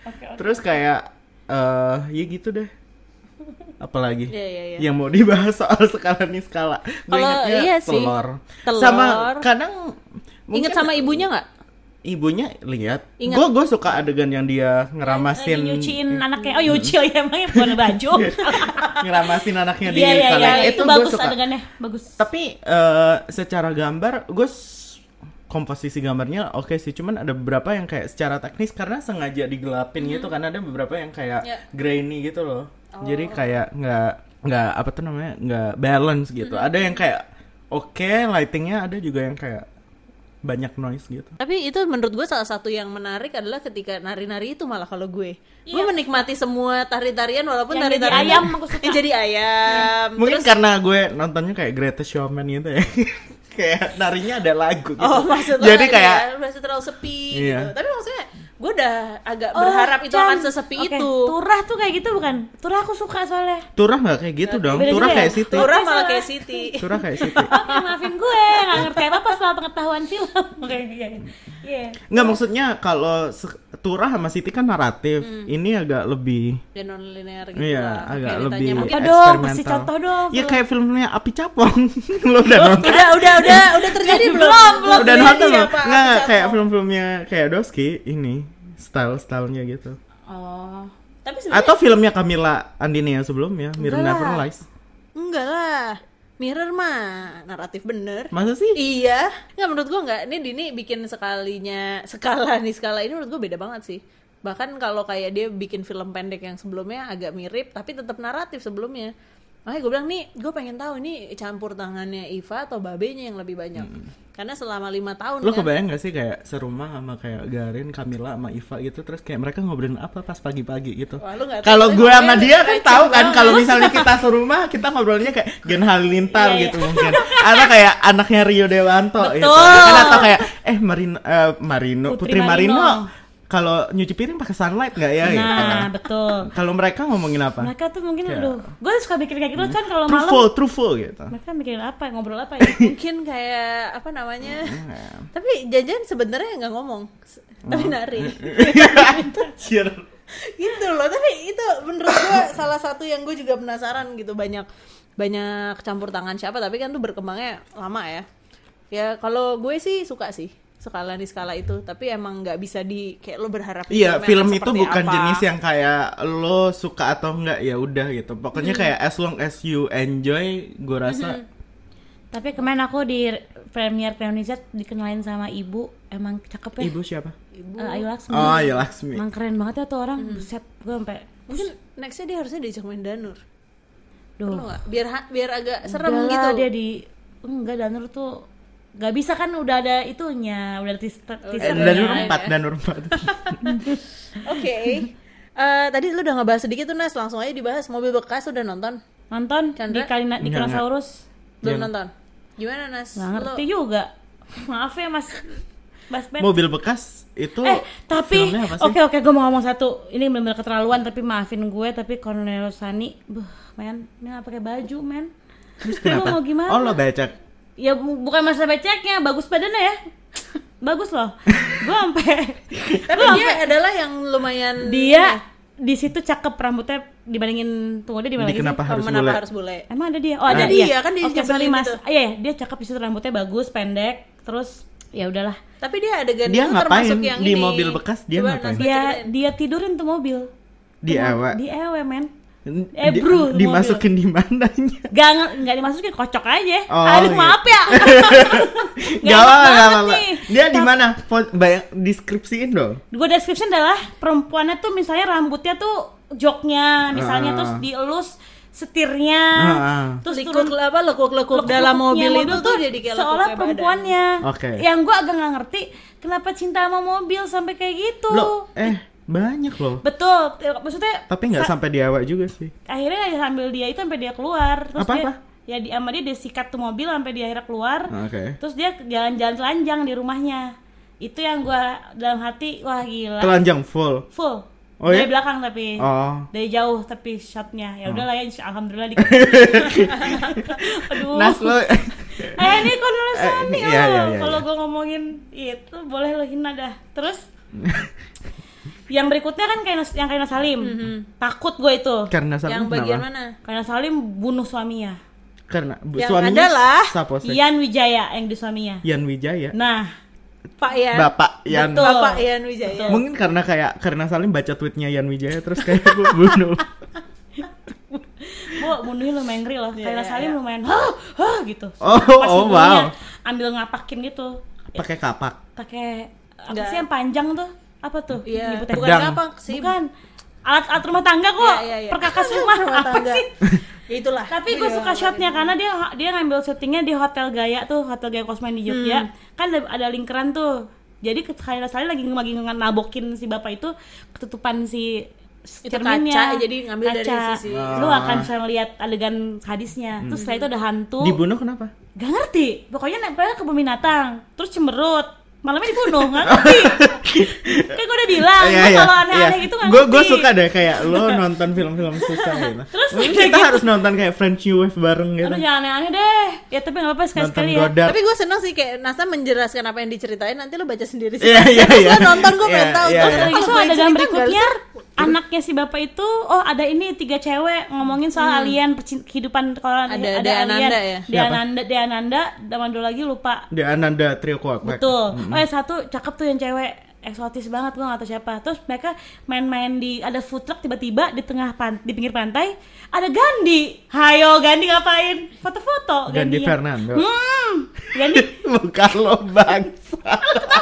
Terus kayak ya gitu deh. Apalagi Iya. yang mau dibahas soal skala nih skala. Gue Kalau ingetnya iya sih. telur. Telur. Sama kadang Ingat sama ibunya nggak? ibunya lihat. Ingat. Gue suka adegan yang dia ngeramasin Lagi nyuciin anaknya. Oh nyuci ya emangnya bukan baju. ngeramasin anaknya di Iya kaleng. itu Itu gue bagus suka. adegannya, bagus. Tapi secara gambar gue komposisi gambarnya oke sih, cuman ada beberapa yang kayak secara teknis karena sengaja digelapin gitu kan, ada beberapa yang kayak grainy gitu loh. Jadi kayak nggak apa tuh namanya, nggak balance gitu. Ada yang kayak oke lightingnya, ada juga yang kayak banyak noise gitu. Tapi itu menurut gue salah satu yang menarik adalah ketika nari-nari itu malah kalau gue menikmati semua tari-tarian walaupun Yang jadi tari-tarian ayam aku suka. yang jadi ayam. Mungkin Terus, karena gue nontonnya kayak Greatest Showman gitu ya. Kayak narinya ada lagu gitu. oh maksudnya Jadi kayak masih terlalu sepi Iya. gitu. Tapi maksudnya gue udah agak berharap itu Chan. akan sesepi Oke, itu. Turah tuh kayak gitu bukan? Turah aku suka soalnya. Turah nggak kayak gitu dong. beda Turah juga kayak ya? Siti. Turah malah Salah. kayak Siti. Turah kayak Siti. Oke, maafin gue, nggak ngerti apa-apa soal pengetahuan film. Oke, iya. Nggak, maksudnya kalau Turah sama Siti kan naratif. Ini agak lebih Dan non-linear gitu iya, lah. agak Kayak lebih ditanya mungkin Apa dong? eksperimental. Kasih contoh dong. Ya kayak filmnya Api Capong. Lo udah nonton? udah terjadi belum? Udah terjadi nonton belum? apa? Nggak, Apa kayak satu? film-filmnya kayak Doski ini stylenya gitu. Oh. Tapi sebenarnya Atau filmnya Camilla Andini yang sebelumnya, Mirror Enggak Never lah. Lies. enggak lah. Mirror mah naratif bener. Masa sih? Iya, nggak menurut gua nggak. Ini Dini bikin skala ini menurut gua beda banget sih. Bahkan kalau kayak dia bikin film pendek yang sebelumnya agak mirip, tapi tetap naratif sebelumnya. Makanya gue bilang nih, gue pengen tahu ini campur tangannya Iva atau Babenya yang lebih banyak. Karena selama 5 tahun Lo kan. kebayang gak sih kayak serumah sama kayak Garin, Camilla sama Iva gitu, terus kayak mereka ngobrolin apa pas pagi-pagi gitu. Wah, lu nggak tahu, Kalau tapi gue sama ngomongnya dia kan receh tahu kan, banget. kalau misalnya kita serumah kita ngobrolnya kayak Gen Halilintar Iya, gitu mungkin. Atau kayak anaknya Rio Dewanto gitu. Betul. Kan, atau kayak Putri Putri Marino. Marino. Kalau nyuci piring pakai sunlight nggak ya? Gitu. Nah, betul. Kalau mereka ngomongin apa? Mereka tuh mungkin Kayak- aduh, gue suka mikir kayak gitu kan kalau malam. Truffle gitu. Mereka mikirin apa, ngobrol apa ya? Mungkin kayak apa namanya. Tapi jajan sebenarnya nggak ngomong. Tapi nari. Cheer. Gitu loh, tapi itu menurut gua salah satu yang gue juga penasaran gitu, banyak campur tangan siapa, tapi kan tuh berkembangnya lama ya kalau gue sih suka sih skala itu, tapi emang nggak bisa kayak lo berharap Iya, filmnya film akan itu seperti bukan apa. jenis yang kayak lo suka atau enggak ya udah gitu. Pokoknya kayak as long as you enjoy, gue rasa Tapi kemarin aku di premiere Indonesia dikenalin sama ibu, emang cakep ya. ibu siapa? Ayu Laksmi. Oh, ya Laksmi. Emang keren banget ya tuh orang. Buset, gue sampai Mungkin nextnya dia harusnya diajak main Danur. duh. Perlu nggak? Biar agak serem Udah gitu. lah, dia enggak Danur tuh nggak bisa kan, udah ada itunya, udah ada teasernya. Danur ya. 4, Danur 4. Oke. Tadi lu udah ngebahas sedikit tuh, Nas, langsung aja dibahas. Mobil bekas udah nonton? Nonton Chandra? di Enggak. Dinosaurus. Belum Iya. nonton? Gimana, Nas? Nggak ngerti Lu- juga. Maaf ya Mas Ben. Mobil bekas itu Tapi filmnya apa sih? oke gue mau ngomong satu. Ini benar-benar keterlaluan, tapi maafin gue, tapi Cornelius Sani, men, dia nggak pakai baju, men. Terus Lu kenapa? mau gimana? Oh, lo becek. Ya bukan masalah beceknya, bagus badannya ya. Bagus loh. Gue sampai Tapi dia adalah yang lumayan dia di situ cakep, rambutnya dibandingin tunggu dia di mana Di lagi sih? kenapa harus kenapa bule? harus bule? Emang ada dia? Oh ada Ada dia. dia, kan dia Oke, sorry jabelin Mas. itu. Iya, dia cakep di situ, rambutnya bagus, pendek, terus ya udahlah. Tapi dia adegan Dia itu ngapain termasuk yang di ini. mobil bekas? Dia Coba, ngapain? Nas, ceritain. Dia tidurin tuh mobil. Di ewe. Di ewe, men. Di- bro, dimasukin di mananya? Nggak dimasukin, kocok aja. Oh, Aduh, iya. maaf ya. Gak apa-apa. nih. Dia di mana? Bayang deskripsiin dong. Gue description adalah perempuannya tuh misalnya rambutnya tuh joknya, misalnya Ah. terus dielus setirnya, terus Lekuk lekuk dalam mobil itu tuh jadi kayak seolah lekuk kayak perempuannya. Oke. Yang gue agak nggak ngerti kenapa cinta sama mobil sampai kayak gitu. Lo banyak loh. Betul, maksudnya Tapi nggak sampai di awak juga sih. akhirnya ya sambil dia itu sampai dia keluar, terus Apa-apa? dia sama dia sikat tuh mobil sampai dia akhirnya keluar. Oke. Terus dia jalan-jalan telanjang di rumahnya. Itu yang gua dalam hati, wah gila. Telanjang full. Full. Oh, Dari ya? belakang tapi. Oh. Dari jauh tapi shotnya. Ya udahlah ya, alhamdulillah di. Aduh. Nas lo. Ini Cornelius Sani iya, iya, iya, Kalau iya. gua ngomongin itu boleh lo hina dah. Terus Yang berikutnya kan yang Kaina Salim. Takut gue itu. Karena Salim Yang bagian kenapa? mana? Kaina Salim bunuh suaminya. Karena Yang suaminya adalah siapa sih? Ian Wijaya yang di suaminya. Yan Wijaya. Nah, Pak Yan. Bapak Yan. Betul. Bapak Yan Wijaya. Mungkin karena Salim baca tweetnya Yan Wijaya terus kayak bunuh. bunuhnya lumayan ngeri loh. Iya, Kaina Salim iya. lumayan gitu. Oh, Pas oh, dibunuhnya, wow. ambil ngapakin gitu. Pakai kapak. Pakai apa Enggak. sih yang panjang tuh? Apa tuh? Iya, Nyebutnya? bukan Pedang. kapak sih. Bukan. Alat rumah tangga kok. Iya. Perkakas rumah. Rumah Apa tangga. sih? Itulah. Tapi gue suka shotnya karena dia ngambil syutingnya di Hotel Gaya tuh, Hotel Gaya Cosman di Jogja. Kan ada lingkaran tuh. Jadi Kaina Salim lagi nabokin si bapak itu ketutupan si Itu cerminnya. kaca, jadi ngambil dari sisi. Lu akan bisa lihat adegan hadisnya. Terus setelah itu ada hantu. Dibunuh kenapa? Gak ngerti. Pokoknya nempelnya ke binatang. Terus cemberut. Malamnya dibunuh, nggak ngerti. Kayak gue udah bilang, Iya, gua iya, kalau aneh-aneh iya. gitu nggak ngerti. Gue suka deh kayak lo nonton film-film susah gitu. Terus Mungkin udah kita gitu. harus nonton kayak French New Wave bareng gitu. Aduh jangan aneh-aneh deh. Ya tapi nggak apa-apa Nonton sekali-sekali ya. Godard. Tapi gue seneng sih kayak Nasa menjelaskan apa yang diceritain, nanti lo baca sendiri sih. Iya, iya, Terus iya. lo nonton, gue pengen Iya, tahu. iya, Terus iya. kalau Itu gue ada cerita dalam nggak berikutnya ser- anaknya si bapak itu ada ini 3 cewek ngomongin soal alien kehidupan kalau Ada ada Dea alien Ananda ya? Dea Ananda zaman dulu lagi lupa The Ananda Trio Kuak. betul. Satu cakep tuh yang cewek eksotis banget, gue gak tau siapa. Terus mereka main-main ada food truck, tiba-tiba di di pinggir pantai ada Gandhi. Hayo Gandhi ngapain? Foto-foto Gandhi Gandhinya. Fernando. Gandhi Bukan lo bangsa.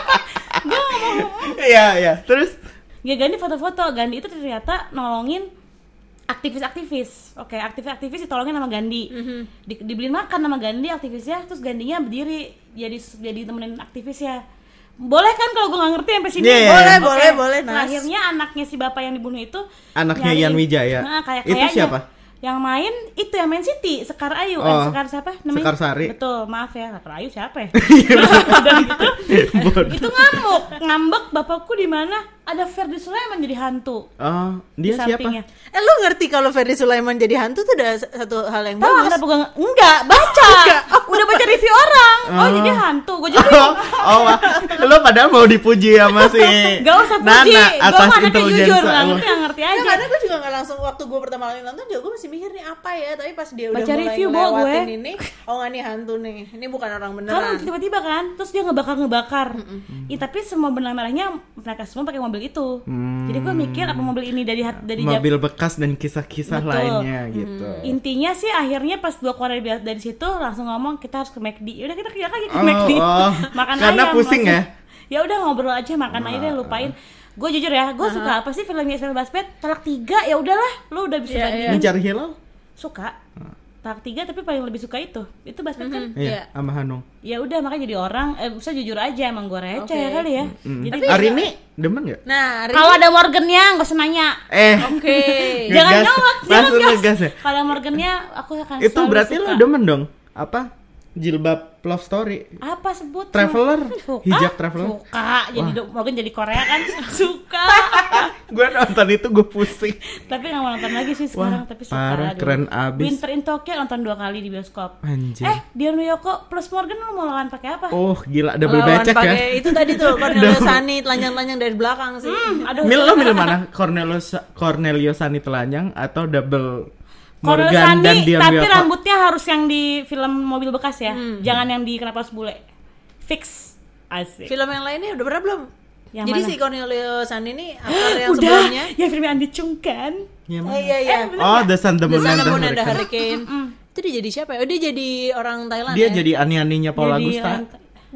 Iya. Terus ya Gandhi foto-foto. Gandhi itu ternyata nolongin aktivis-aktivis. Oke, aktivis-aktivis ditolongin sama Gandhi. Dibeliin makan sama Gandhi aktivisnya, terus Gandhinya berdiri jadi temenin aktivisnya. Boleh kan kalau gue nggak ngerti sampai sini? Iya, iya, Boleh, iya. boleh, Oke. boleh, Nas. Nah, akhirnya anaknya si bapak yang dibunuh itu Anaknya nyariin. Yan Wijaya. Nah, Itu kayaknya siapa? yang main itu yang main Siti, Sekar Ayu. Oh, Sekar siapa namanya? Sekar Sari. Betul, maaf ya, Sekar Ayu siapa ya? Iya, Udah gitu. Bodoh. Itu ngambek bapakku di mana? Ada Ferdi Sulaiman jadi hantu. Oh, Di dia siapa? sampingnya. Lu ngerti kalau Ferdi Sulaiman jadi hantu tuh udah satu hal yang Tahu bagus. kenapa gue enggak baca? Udah baca review orang. Oh, jadi hantu. Gue jadi Wah. Lo padahal mau dipuji sama si gak usah puji. Nana Gue atas anaknya intelijensi jujur, lo. nggak ngerti Nah, aja. karena gue juga gak langsung waktu gue pertama kali nonton juga gue masih mikir nih apa ya, tapi pas dia udah Baca mulai review, Bo, ngelewatin gue. ini, oh nggak nih hantu nih, ini bukan orang Kan beneran. tiba-tiba kan, terus dia ngebakar. Tapi semua benang merahnya mereka semua pakai mobil itu. Jadi gue mikir apa mobil ini dari Mobil bekas dan kisah-kisah Betul. lainnya gitu. Intinya sih akhirnya pas gue keluar dari situ langsung ngomong kita harus ke McD. Yaudah kita lagi ke Oh, McD. oh. Makan Karena ayam. pusing langsung. ya? Ya udah ngobrol aja, makan aja deh, lupain. Gue jujur ya, gue suka apa sih filmnya Ismail Basbet? Talak 3 ya udahlah, lu udah bisa Iya, bandingin. Mencari Hilal? Suka. Talak 3 tapi paling lebih suka itu Basbet kan. Iya, sama Hanung. Ya udah makanya jadi orang bisa jujur aja emang gue receh Oke. kali ya. Jadi Hari ini demen gak? Nah, hari kalau ada Morgannya nggak usah nanya. oke. Jangan Ngegas. nyolot, Langsung jangan ngegas ya? Kalau ada Morgannya aku akan Itu selalu berarti suka. lo demen dong? Apa? Jilbab Love Story. Apa sebut? Traveler, Suka. hijab traveler. Suka. Jadi Morgan jadi Korea kan suka. Gue nonton itu gue pusing. Tapi nggak mau nonton lagi sih sekarang. Wah, Tapi suka. parah, dulu. keren abis. Winter in Tokyo nonton 2 kali di bioskop. Anjir. Dion Wiyoko plus Morgan lu mau lawan pakai apa? Oh gila, double Lawan becek ya. pakai itu tadi tuh Cornelius Sani telanjang-telanjang dari belakang sih. Aduh. Lo milih mana? Cornelius Sani telanjang atau double Cornel Morgan dan Sandi, Dion tapi Wiyoko? rambutnya harus yang di film mobil bekas ya. Jangan yang di Kenapa Harus Bule. Fix. Asik. Film yang lainnya udah pernah belum? Yang Jadi mana? si Cornelius Sani ini aktor yang Udah. sebelumnya. Ya filmnya Andi Chung kan. Yang mana? Iya. Oh, The Sun, The The Moon, Sun, and The the Moon and the Hurricane. Hurricane. Itu dia jadi siapa ya? Oh, dia jadi orang Thailand Dia ya? jadi ani-aninya Paul Jadi Augusta. orang-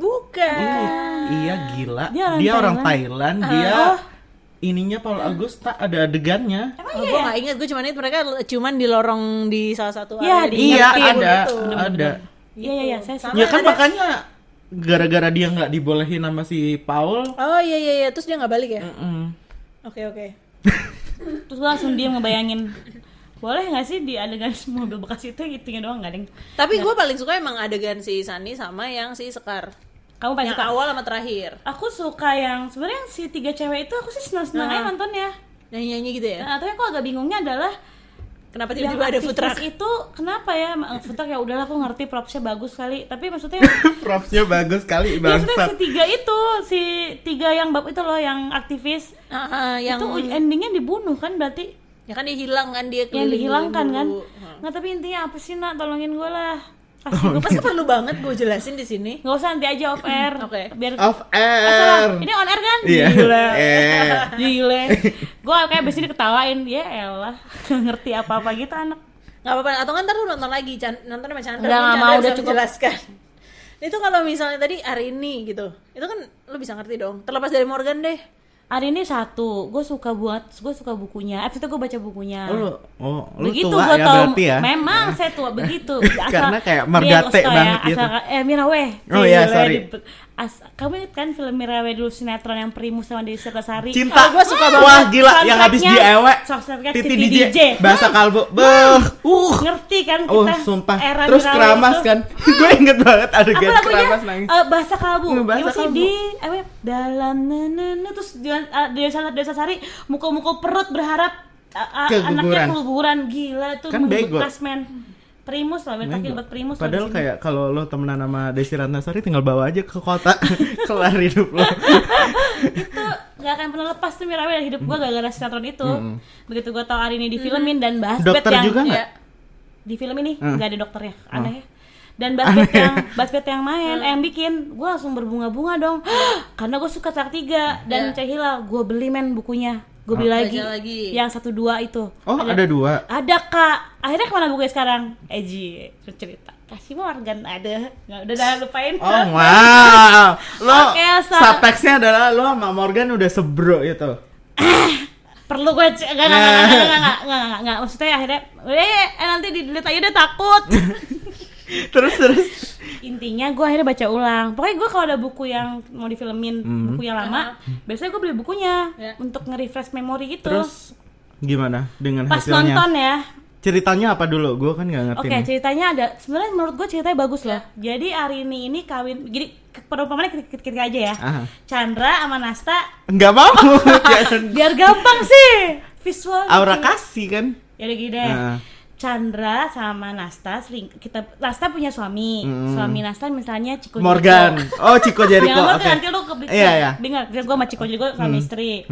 Bukan. Iya gila. Dia orang Dia orang Thailand. Dia ininya Paul Augusta, ada adegannya. Oh, gue gak inget, gue cuma inget mereka cuman di lorong di salah satu Iya, area di Iya Ngerti ada, gitu. ada. Iya, saya suka. Ya kan makanya gara-gara dia nggak dibolehin sama si Paul. Oh iya, terus dia gak balik ya? Oke. Terus gue langsung diam ngebayangin. Boleh gak sih di adegan mobil bekas itu gitunya doang, gak ada yang... Tapi gue paling suka emang adegan si Sani sama yang si Sekar. Kamu paling Yang suka? awal sama terakhir. Aku suka yang sebenarnya si 3 cewek itu aku sih senang-senang aja nontonnya. Nyanyi-nyanyi gitu ya? Nah, tapi aku agak bingungnya adalah Kenapa yang tiba-tiba ada food truck? aktivis itu kenapa ya food truck, ya udahlah aku ngerti propsnya bagus kali, tapi maksudnya Propsnya bagus kali ya maksudnya bangsat. si tiga yang bab itu loh yang aktivis Yang itu endingnya dibunuh kan, berarti ya kan dia hilang kan, dia yang keliling dihilangkan kan. dulu. Nggak, tapi intinya apa sih nak, tolongin gue lah. Masa perlu banget gue jelasin di sini? Nggak usah, nanti aja off air. Oke. Biar Off salah. air. Ini on air kan? Iya. Gila. Eh. Gile. Gue kayak abis ini ketawain. Ya elah. Nggak ngerti apa-apa gitu anak. Nggak apa-apa, atau kan ntar lu nonton lagi, nonton sama Chandra. Nggak, Chandra mau, bisa udah cukup. menjelaskan. Itu kalau misalnya tadi hari ini gitu, itu kan lu bisa ngerti dong. Terlepas dari Morgan deh. Hari ini satu, gue suka bukunya. Abis itu gue baca bukunya. Lu Begitu tua gue ya tahu. berarti ya. Memang saya tua begitu. Karena kayak Dia Merdate Gusto banget gitu. Mirawe. Oh iya, Gila, sorry. kamu ingat kan film Mirawe dulu, sinetron yang Primus sama Dewi Sari? Cinta. Gue suka banget. Wah gila, yang habis di ewe. Soundtracknya Titi Titi DJ. DJ. Bahasa kalbu. Ngerti kan kita? Sumpah. Era Terus Mirawe keramas itu. kan. Gue inget banget Apa adegan lagunya? keramas nangis. Bahasa kalbu. Bahasa Gimana sih kalbu. di dalam terus Dewi Sari mukul-mukul perut berharap anaknya keguguran. Gila itu Kan bego. membekas men. Primus lah, buat Primus. Padahal kayak kalau lo temenan sama Desi Ratnasari tinggal bawa aja ke kota. Kelar hidup lo. Itu gak akan pernah lepas tuh Mirawe dari hidup gue gara-gara sinetron itu. Begitu gue tau hari ini difilmin dan Basbet Dokter yang juga nggak? ya, di film ini nggak ada dokternya, aneh ya. Dan Basbet yang main, yang bikin, gue langsung berbunga-bunga dong. Karena gue suka Track 3 dan Cahaya Hilal, gue beli men bukunya. Gue beli lagi. Yang 1-2 itu. Oh ada 2. Ada kak. Akhirnya kemana bukunya sekarang? Eji cerita. Kasih Morgan ada. Nggak, udah lupain. Oh wow. Lo Oke, subteksnya adalah lo sama Morgan udah sebro itu. Perlu gue enggak maksudnya akhirnya nanti di delete aja deh, takut. terus Intinya gue akhirnya baca ulang. Pokoknya gue kalau ada buku yang mau difilmin, buku yang lama, biasanya gue beli bukunya untuk nge-refresh memori gitu. Terus gimana dengan pas hasilnya? nonton ya. Ceritanya apa dulu? Gue kan nggak ngerti. Oke, ceritanya ada. Sebenarnya menurut gue ceritanya bagus loh. Jadi Arini ini kawin. Jadi perumpamannya ketika aja ya. Aha. Chandra sama Nasta. Nggak mau. Jangan. Biar gampang sih visual. Aura kasih kan. Ya udah gini deh. Chandra sama Nasta Nasta punya suami. Suami Nasta misalnya Chico Morgan. Jericho. Oh, Chico Jericho. Jangan Oke. nanti lu kebeli. Iya. Dengar, gue sama Chico Jericho suami istri.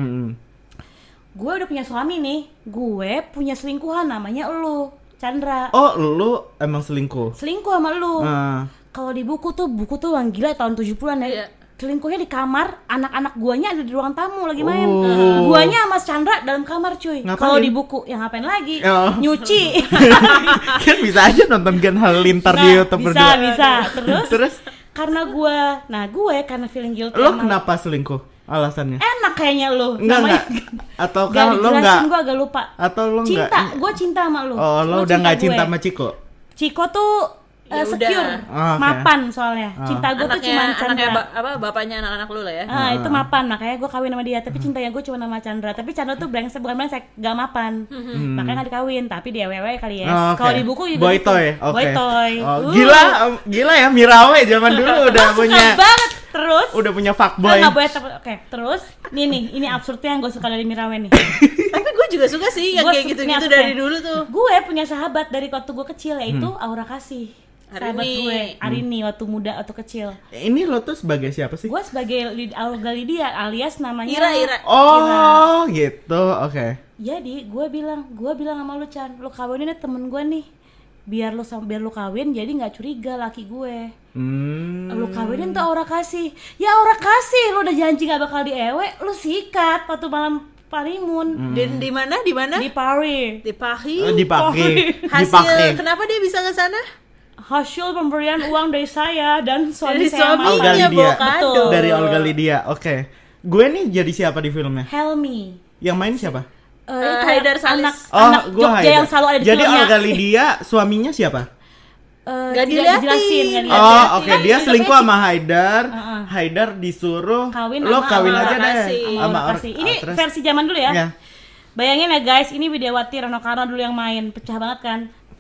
Gue udah punya suami nih. Gue punya selingkuhan namanya elu, Chandra. Oh, lu emang selingkuh. Selingkuh sama lu. Kalau di buku tuh yang gila tahun 70-an ya. Iya. Selingkuhnya di kamar, anak-anak guanya ada di ruang tamu lagi main. Guanya sama Chandra dalam kamar cuy. Kalau di buku, ya ngapain lagi? Nyuci. Kan bisa aja nonton Gen Halilintar di YouTube berdua. Bisa. Terus? Karena karena feeling guilty. Lo kenapa selingkuh? Alasannya? Enak kayaknya lu. Enggak. Atau Gak lo enggak? gue agak lupa. Atau lo enggak? Cinta, gue cinta sama lu. Oh, lo Lu udah enggak gue. cinta sama Chico? Chico tuh Ya secure, udah. Okay. mapan soalnya. Cinta gue tuh cuma anaknya Chandra. bapaknya anak-anak lu lah ya. Itu mapan, makanya gue kawin sama dia. Tapi cintanya gue cuma sama Chandra. Tapi Chandra tuh bukan brengsek, gak mapan. Makanya gak dikawin, tapi dia wewe kali ya. Oh, Kalau di buku juga Boy gitu. Toy. Oke. Boy Toy. Oh, gila ya Mirawe zaman dulu udah punya. Suka banget. Terus Udah punya fuckboy. nggak boleh oke, terus ini absurdnya yang gue suka dari Mirawe nih. Tapi gue juga suka sih yang Gua kayak suka- gitu-gitu ini dari absurdnya. dulu tuh. Gue punya sahabat dari waktu gue kecil, yaitu Aura Kasih. Sahabat Arini. gue, Arini waktu muda, waktu kecil. Ini lo tuh sebagai siapa sih? Gue sebagai Aura Lydia alias namanya Ira. Oh, gitu. Oke. Jadi gue bilang sama lu Chan, lu kawinin temen gue nih, biar lu kawin jadi nggak curiga laki gue. Lu kawinin tuh Aura Kasih. Ya Aura Kasih, lu udah janji nggak bakal diewe, lu sikat waktu malam Parimun. Di mana? Di Paris. Di Paris. Dipakai. Hasil kenapa dia bisa ke sana? Hasil pemberian uang dari saya dan suami Dari saya. suami. Olga Iya, Lydia. bawa kado. Betul. Dari Olga Lydia. Oke. Gue nih jadi siapa di filmnya? Helmi. Yang main siapa? Itu Haidar Salis. anak gue Jogja yang selalu ada di Jadi filmnya. Olga Lydia suaminya siapa? Gak dijelasin, diliatin. nggak Oh, diliatin. oke. Dia selingkuh sama Haidar. Haidar disuruh Kawin lo sama kawin Aura aja deh Kasih. Sama Aura Kasih. Ini terus? versi zaman dulu ya. Ya. Bayangin ya guys, ini Widiawati Rano Karno dulu yang main, pecah banget kan.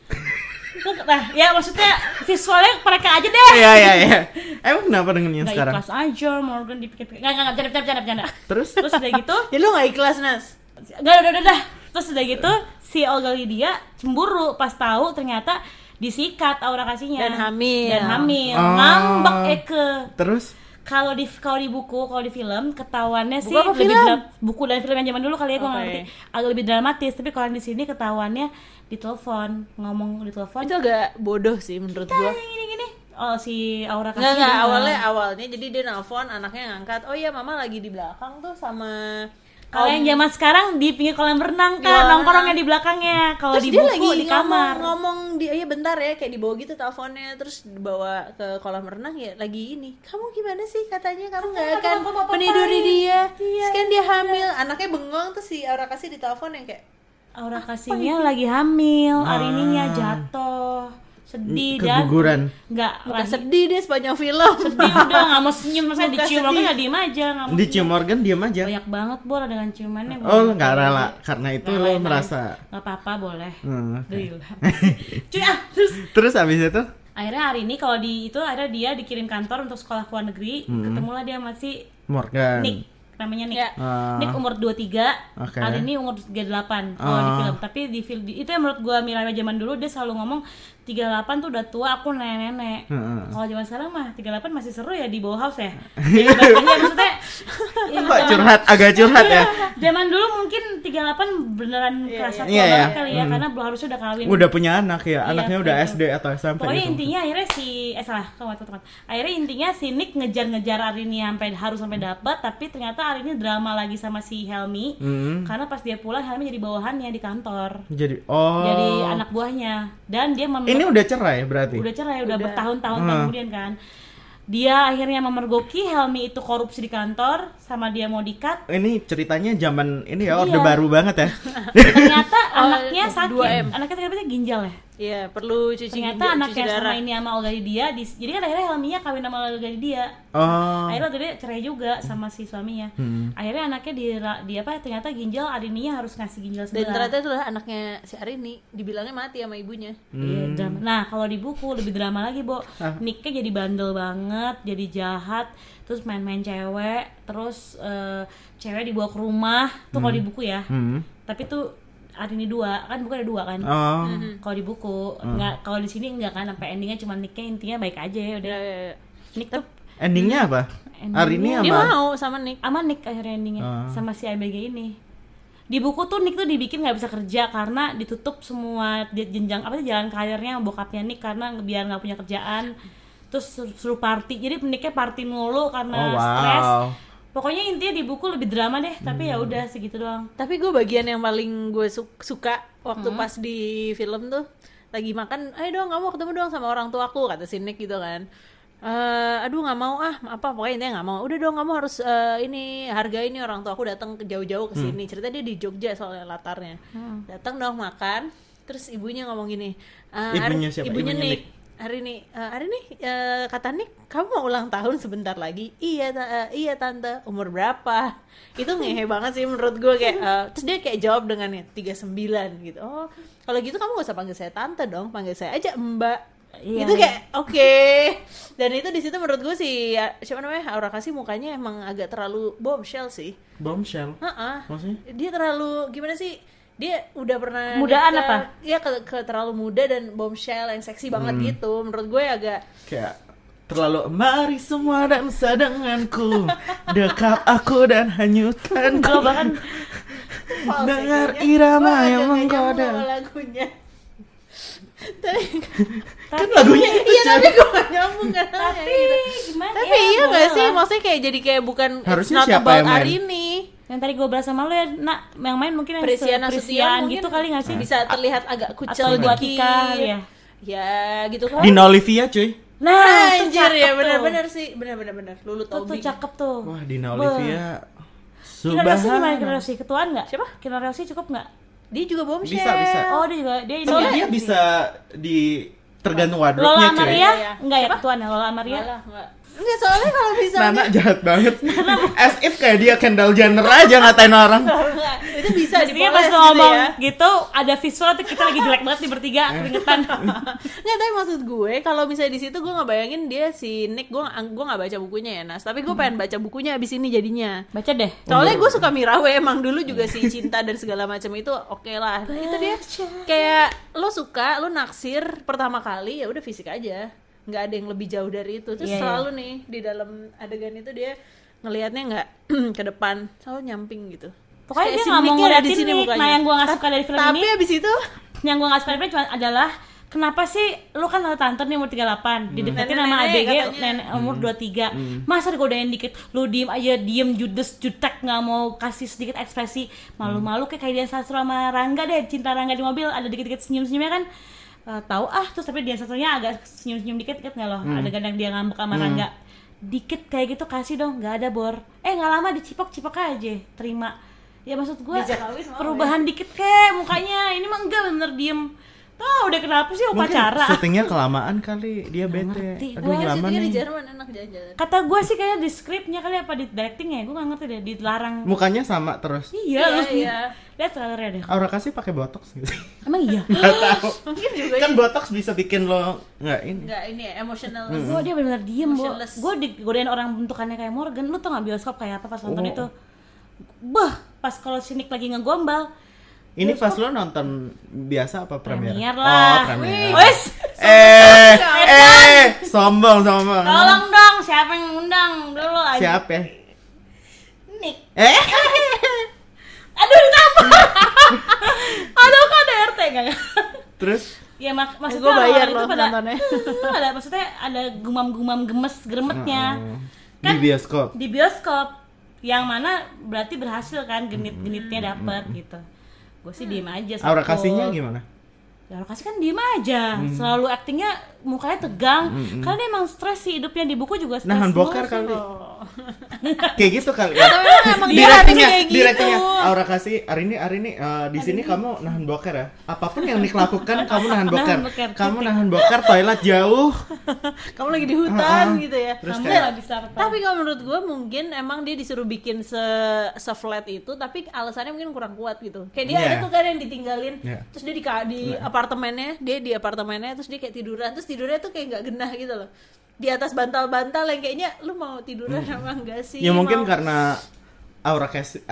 Nah, ya maksudnya visualnya mereka aja deh. Iya. Emang kenapa dengan yang Gak sekarang? ikhlas aja, Morgan dipikir-pikir. Enggak, bercanda. Terus? Terus udah gitu. Ya lu gak ikhlas, Nas. Udah. Terus udah gitu si Olga Lydia cemburu pas tahu ternyata disikat aura kasihnya Dan hamil. Oh. Ngambek Eke. Terus Kalau di buku, kalau di film ketahuannya Buku sih apa lebih film? buku dan film yang zaman dulu kali ya gue nggak Oke. ngerti, agak lebih dramatis. Tapi kalau di sini ketahuannya di telepon, ngomong di telepon. Itu agak bodoh sih menurut gua. Gini. Oh si Aura kasih. Enggak, awalnya jadi dia nelpon, anaknya ngangkat. Oh iya, mama lagi di belakang tuh sama Kalau yang zaman sekarang di pinggir kolam renang kan, Iya. nongkrongnya di belakangnya. Kalau Terus di dia buku lagi di kamar. ngomong di iya bentar ya, kayak dibawa gitu teleponnya, terus dibawa ke kolam renang ya lagi ini. Kamu gimana sih, katanya kamu nggak akan aku mau meniduri papain. dia. Iya, Terus kan dia hamil, anaknya bengong, terus si Aura kasih di telepon yang kayak Aura kasihnya lagi hamil, Arininya jatuh, sedih dan keguguran. nggak muka lagi sedih deh sepanjang film. sedih udah nggak mau senyum, maksudnya Muka dicium sedih. lagi nggak diem aja, nggak mau Dicium senyum. Morgan diam aja. Banyak banget bola dengan ciumannya. Oh, lo nggak rela karena itu Nggak lo rela, merasa. nggak apa-apa boleh. Oke. Gila. Cuy terus Terus habis itu akhirnya hari ini kalau di itu ada dia dikirim kantor untuk sekolah ke luar negeri, ketemulah dia masih Morgan. Nick, namanya Nick. Ya. Ah. Nick umur 23, Oke. hari ini umur 38 kalau di Ah. film. Tapi di film itu yang menurut gua Mira zaman dulu dia selalu ngomong 38 tuh udah tua, aku nenek-nenek. Heeh. Kalau zaman sekarang mah 38 masih seru ya di bawah house ya. Jadi bahkannya maksudnya ya, Kok curhat, agak curhat ya. zaman dulu mungkin 38 beneran kerasa tua Iya, banget iya. kali ya, karena belum harusnya udah kawin. Udah punya anak ya, Iya, anaknya udah gitu. SD atau SMP Pokoknya gitu. intinya akhirnya akhirnya intinya si Nick ngejar-ngejar Arini harus sampai dapat, tapi ternyata Arini drama lagi sama si Helmi. Karena pas dia pulang Helmi jadi bawahannya di kantor. Jadi Jadi anak buahnya, dan dia ini udah cerai berarti. udah cerai, udah bertahun-tahun kemudian kan. Dia akhirnya memergoki Helmi itu korupsi di kantor, sama dia mau di-cut. Ini ceritanya zaman ini ya, orde Iya. baru banget ya. Ternyata anaknya sakit. 2M. Anaknya ternyata ginjal ya. Iya, perlu cuci Ternyata anaknya darah. sama ini sama Olga Lydia jadi kan akhirnya Helminya kawin sama Olga Lydia. Oh. Akhirnya waktu dia cerai juga sama si suaminya. Akhirnya anaknya di apa ternyata ginjal Arininya harus ngasih ginjal Dan sebelah. ternyata itulah anaknya si Arini, dibilangnya mati sama ibunya. Iya, drama. Nah, kalau di buku lebih drama lagi, Bo. Ah. Nicknya jadi bandel banget, jadi jahat, terus main-main cewek, terus cewek dibawa ke rumah. Tuh kalau di buku ya. Tapi tuh Arini 2, kan buku ada 2 kan. Oh. Kalau di buku nggak, kalau di sini enggak kan, sampai endingnya cuma Nicknya intinya baik aja ya udah. Ya. Nick tuh Endingnya apa? Endingnya- Hari ini Dia apa? mau sama Nick. sama Nick akhirnya endingnya Ah. sama si ABG ini. Di buku tuh Nick tuh dibikin nggak bisa kerja karena ditutup semua jenjang apa sih jalan karirnya sama bokapnya Nick karena biar nggak punya kerjaan. Terus suruh party, jadi Nicknya party mulu karena Oh, wow. stres. Pokoknya intinya di buku lebih drama deh, tapi ya udah segitu doang. Tapi gue bagian yang paling gue suka waktu pas di film tuh lagi makan, ayo dong kamu ketemu dong sama orang tuaku, kata si Nick gitu kan. Aduh nggak mau apa pokoknya intinya nggak mau. Udah dong kamu harus ini hargai ini orang tuaku datang jauh-jauh ke sini. Cerita dia di Jogja soalnya latarnya. Datang dong makan, terus ibunya ngomong gini. Ibunya siapa? Ibunya Ibunya Nick. Hari ini kata Nick, kamu mau ulang tahun sebentar lagi. Iya tante. Umur berapa? Itu ngehe banget sih menurut gue kayak. Terus dia kayak jawab dengan 39 gitu. Oh, kalau gitu kamu gak usah panggil saya tante dong, panggil saya aja Mbak. Iya. Itu kayak oke. Dan itu di situ menurut gue sih siapa namanya Aura kasih mukanya emang agak terlalu bombshell sih. Bombshell. Maksudnya? Dia terlalu gimana sih? Dia udah pernah Mudaan nikah. apa? Iya ke terlalu muda dan bombshell yang seksi banget gitu. Menurut gue agak Kayak terlalu mari semua dansa denganku, dekap aku dan hanyutkanku. Kalau bahkan false Dengar ya, irama gua yang agak nggak menggoda. nyambung sama lagunya. Kan lagunya itu Iya Coy. tapi gue gak nyambung kan. tapi gimana Tapi ya, iya boleh gak sih? lah. Maksudnya kayak jadi kayak bukan it's Harusnya not siapa about yang main? Arini. Yang tadi gue bahas sama lo ya, nak, yang main mungkin yang Prisian Prisian Nasution gitu kali nggak sih? Bisa terlihat agak kucel Atau buat dikit. Tika kali ya. Ya gitu kan. Dina Olivia cuy. Nah, itu Anjir cakep ya tuh. benar-benar sih, benar-benar Lulu Tuh Tobing. cakep tuh. Wah, Dina Beuh. Olivia. Kino Rossi gimana Kino Subhanallah. Rossi? Ketuaan nggak? Siapa? Kino Rossi cukup nggak? Dia juga bombshell. Bisa. Oh dia juga dia ini. Soalnya ya? dia bisa di tergantung Lola wardrobe-nya cuy. Amaria Iya, iya. enggak ya Siapa? ketuaan ya Lola Amaria. Enggak lah, enggak. Enggak, soalnya kalau misalnya Nana jahat banget. As if kayak dia Kendall Jenner aja ngatain orang. Enggak, itu bisa Jadinya dipoles pas gitu lo ngomong ya. gitu ada visual tuh kita lagi jelek banget nih bertiga keringetan. Nggak, tapi maksud gue kalau misalnya di situ gue nggak bayangin dia si Nick, gue nggak baca bukunya ya Nas, tapi gue pengen baca bukunya abis ini jadinya. Baca deh. Soalnya gue suka Mirawe emang dulu juga si cinta dan segala macam itu oke lah. Itu dia kayak lo suka, lo naksir pertama kali ya udah fisik aja, nggak ada yang lebih jauh dari itu. Terus Iya, selalu nih di dalam adegan itu dia ngelihatnya nggak ke depan, selalu nyamping gitu. Pokoknya Kayak dia si nggak mau Nicknya ada di ngeliatin sini nih. mukanya. Nah yang gue nggak suka dari film Tapi ini, abis itu yang gue nggak suka dari film cuma adalah kenapa sih lu kan tante nih umur 38 dideketin sama Nenek-nenek ABG katanya. nenek umur 23 masa digodain dikit lu diem aja, diem judes jutek nggak mau kasih sedikit ekspresi malu-malu kayak Dian Sastro sama Rangga deh, cinta Rangga di mobil ada dikit-dikit senyum-senyumnya kan. Tahu terus tapi Dian Sastronya agak senyum-senyum dikit nggak loh, ada yang dia ngambek sama Rangga dikit kayak gitu kasih dong, nggak ada Bor. Nggak lama dicipok-cipok aja terima ya, maksud gue Diajak kawin mau perubahan dikit kayak mukanya, ini mah enggak bener diem. Udah kenapa sih Mungkin upacara? syutingnya kelamaan kali, dia bete. ngerti. Aduh pokoknya lama syutingnya di nih. Jerman enak jalan-jalan. Kata gue sih kayaknya di skripnya kali apa di directingnya, gue nggak ngerti deh, dilarang. Mukanya sama terus. Iya, lu Iya. lihat trailernya deh. Aura kasih pakai botox gitu. Emang iya? Gak tahu. Mungkin juga Kan botox bisa bikin lo nggak ini. nggak ini ya, emotional. Gue dia benar-benar diem, Motionless. gue digodain orang bentukannya kayak Morgan. Lu tau nggak bioskop kayak apa pas nonton Oh. itu? Pas kalau si Nick lagi ngegombal, Ini pas lo nonton biasa apa premier? Premier lah. Oh, premier. wes, Sombong. tolong dong, siapa yang ngundang dulu aja? Siapa ya? Nick. Eh, Aduh, kenapa? Aduh, kok ada RT nggak ya? terus Ya maksudnya Gue bayar orang-orang loh itu pada nontonnya. ada maksudnya ada gumam-gumam gemetnya di bioskop. di bioskop yang mana berarti berhasil kan, genitnya dapet gitu. Gue sih diem aja. Aura sakut. kasihnya gimana? Ya Aura kasih kan diem aja, selalu aktingnya mukanya tegang, karena dia emang stres sih hidupnya, di buku juga stres. Nahan Gua bokar sih- kali. Kayak gitu kali. Tapi emang dia harus Direktingnya, kayak gitu. direktingnya Aura kasih hari ini di sini kamu nahan bokar ya. Apapun yang Nick lakukan kamu nahan bokar. bokar, Kamu nahan bokar, toilet jauh. Kamu lagi di hutan gitu ya. Terus Kamu kayak nggak bisa apa. Tapi kalau menurut gue mungkin emang dia disuruh bikin se-flat itu, tapi alasannya mungkin kurang kuat gitu. Kayak dia Iya. ada tuh kan yang ditinggalin, Iya. terus dia di apartemennya, terus dia kayak tiduran, terus tidurnya tuh kayak nggak genah gitu loh. Di atas bantal-bantal yang kayaknya lu mau tiduran apa enggak sih? ya mungkin Mau- karena Aura Casey,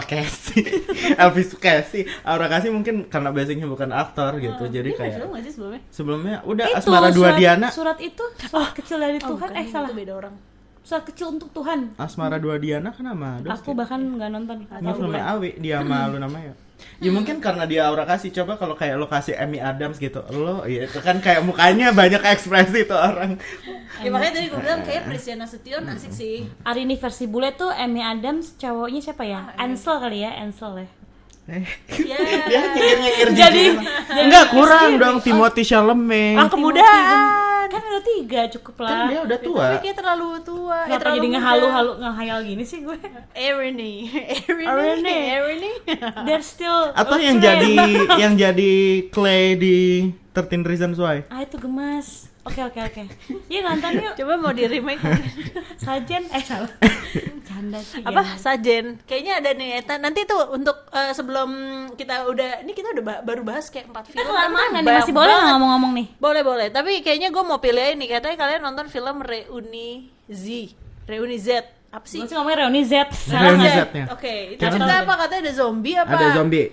Elvis Casey, Aura Casey mungkin karena basicnya bukan aktor gitu, jadi Dia kayak film nggak sih sebelumnya? sebelumnya udah Itu Asmara Dua Diana, surat itu surat kecil dari Tuhan, bukan, salah, itu beda orang. surat kecil untuk Tuhan. Asmara Dua Diana kan nama Aku bahkan nggak nonton. ini filmnya Awi, dia sama lu namanya. Ya mungkin karena dia Aura Kasih. Coba kalau kayak lo kasih Amy Adams gitu, lo ya itu kan kayak mukanya banyak ekspresi tuh orang. Ya makanya tadi gue bilang kayak Prisya Nasution asik sih. Arini versi bule tuh Amy Adams, cowoknya siapa ya? Ansel kali ya, Ansel ya. Ya. Dia nyikir-nyikir Jadi enggak kurang dong Timothy Chalamet. Kemudahan. Kan ada 3 cukup Kan lah. dia udah tua. Tapi kayak terlalu tua. Kenapa terlalu jadi muda. ngehalu-halu ngehayal gini sih gue? Irony. Irony. They're still Atau yang trend. jadi Clay di 13 Reasons Why. itu gemas. Oke. Iya nonton yuk. Coba mau di remake. Sajen salah. Canda sih. Apa Sajen? Kayaknya ada nih. Nanti tuh untuk sebelum kita baru bahas kayak 4 Kita film. kelamaan kan nih, masih boleh nggak ngomong-ngomong nih? Boleh. Tapi kayaknya gue mau pilih ini. Katanya kalian nonton film Reuni Z. Apa sih? Gue sih ngomongnya Reuni Z. Reuni Salah. Z-nya. Oke, itu Jangan cerita dong. apa? Katanya ada zombie apa? Ada zombie.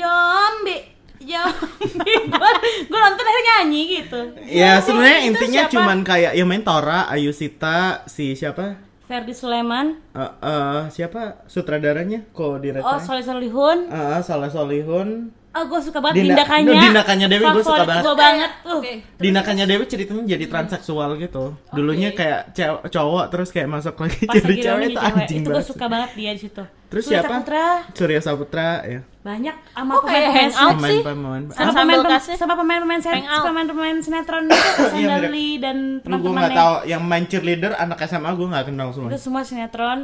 Gue nonton akhirnya nyanyi gitu. Ya sebenarnya itu intinya siapa? cuman kayak yang main Tora, Ayusita, si siapa? Ferdi Sulaiman. Siapa sutradaranya? Kok direkturnya? Oh, Soleh Solihun. Saleh Solihun. Gue suka banget Dinda- tindakannya. Dindakannya Dewi gua suka banget. Gue banget tuh. Oke. Dinakannya Dewi ceritanya jadi transseksual gitu. Dulunya kayak cowok terus kayak masuk lagi Pas jadi lagi cewek Reuni itu cewek. anjing Itu gue banget. suka banget dia di situ. Terus Surya siapa? Saputra. Surya Saputra ya. Banyak sama Kok kayak pemain-pemain hangout sih? Pemain. Ensemble pemain-pemain Hangout. sinetron itu Iya, Sandarli dan Lu gue nggak teman-temannya. tahu yang main cheerleader anak SMA gue nggak kenal semua. Itu semua sinetron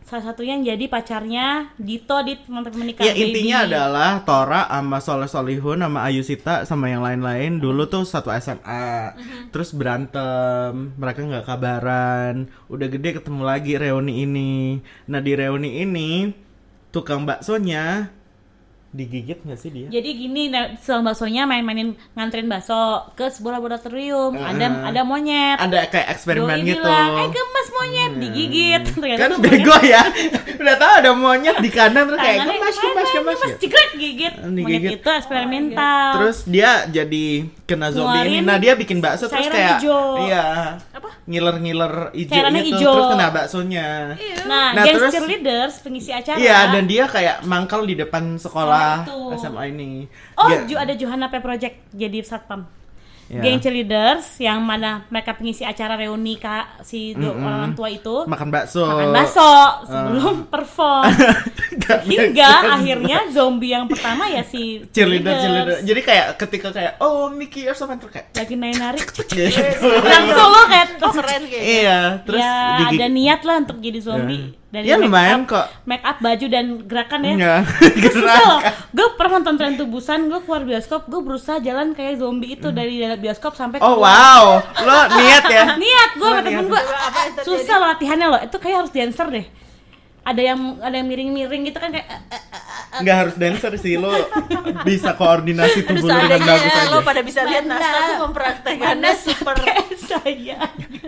salah satunya yang jadi pacarnya Dito di teman-teman nikah Ya intinya Baby. adalah Tora sama Soleh Solihun sama Ayu Sita sama yang lain-lain dulu tuh satu SMA. Terus berantem, mereka nggak kabaran. Udah gede ketemu lagi reuni ini. Nah di reuni ini tukang baksonya digigit nggak sih dia? Jadi gini, selang baksonya main-mainin nganterin bakso ke sebuah laboratorium. Ada monyet. Ada kayak eksperimen Doi gitu. bilang, gemes monyet, digigit. Ternyata Kan tuh bego ya. Udah tahu ada monyet di kanan terus kayak tangannya, kemas gitu. cikrek gigit. Digigit. Monyet itu eksperimental. Terus dia jadi kena zombie ini. Ngeluarin Nah dia bikin bakso terus cairan kayak hijau. iya. Apa? Ngiler-ngiler hijau Cairannya gitu hijau. terus kena baksonya. Nah, Nah, geng terus- cheerleaders pengisi acara. Iya, dan dia kayak mangkal di depan sekolah Sekolah itu. SMA ini. Oh, Dia- ada Johanna P Project jadi satpam. Iya. Geng cheerleaders yang mana mereka pengisi acara reuni si orang tua itu makan bakso. makan bakso sebelum perform. Gak make Hingga sense. akhirnya zombie yang pertama ya si cheerleader. Jadi kayak ketika kayak oh Mickey or something kayak lagi narik gitu. langsung lo kayak Keren kayaknya. Iya, terus ya digigit. ada niat lah untuk jadi zombie. Dari Ya, make lumayan up- kok. Make up, baju dan gerakan ya. Enggak. Susah loh. Gue pernah nonton Tren to Busan, gue keluar bioskop, gue berusaha jalan kayak zombie itu dari dalam bioskop sampai Oh keluar. wow, lo niat ya? Niat gue sama Niat. temen gue. Coba apa yang terjadi? Susah loh latihannya loh. Itu kayak harus dancer deh. Ada yang miring-miring gitu kan kayak Nggak harus dancer sih, lo bisa koordinasi Aduh, tubuh lo dengan bagus seandainya aja. lo pada bisa lihat Nasta tuh mempraktekannya super. saya.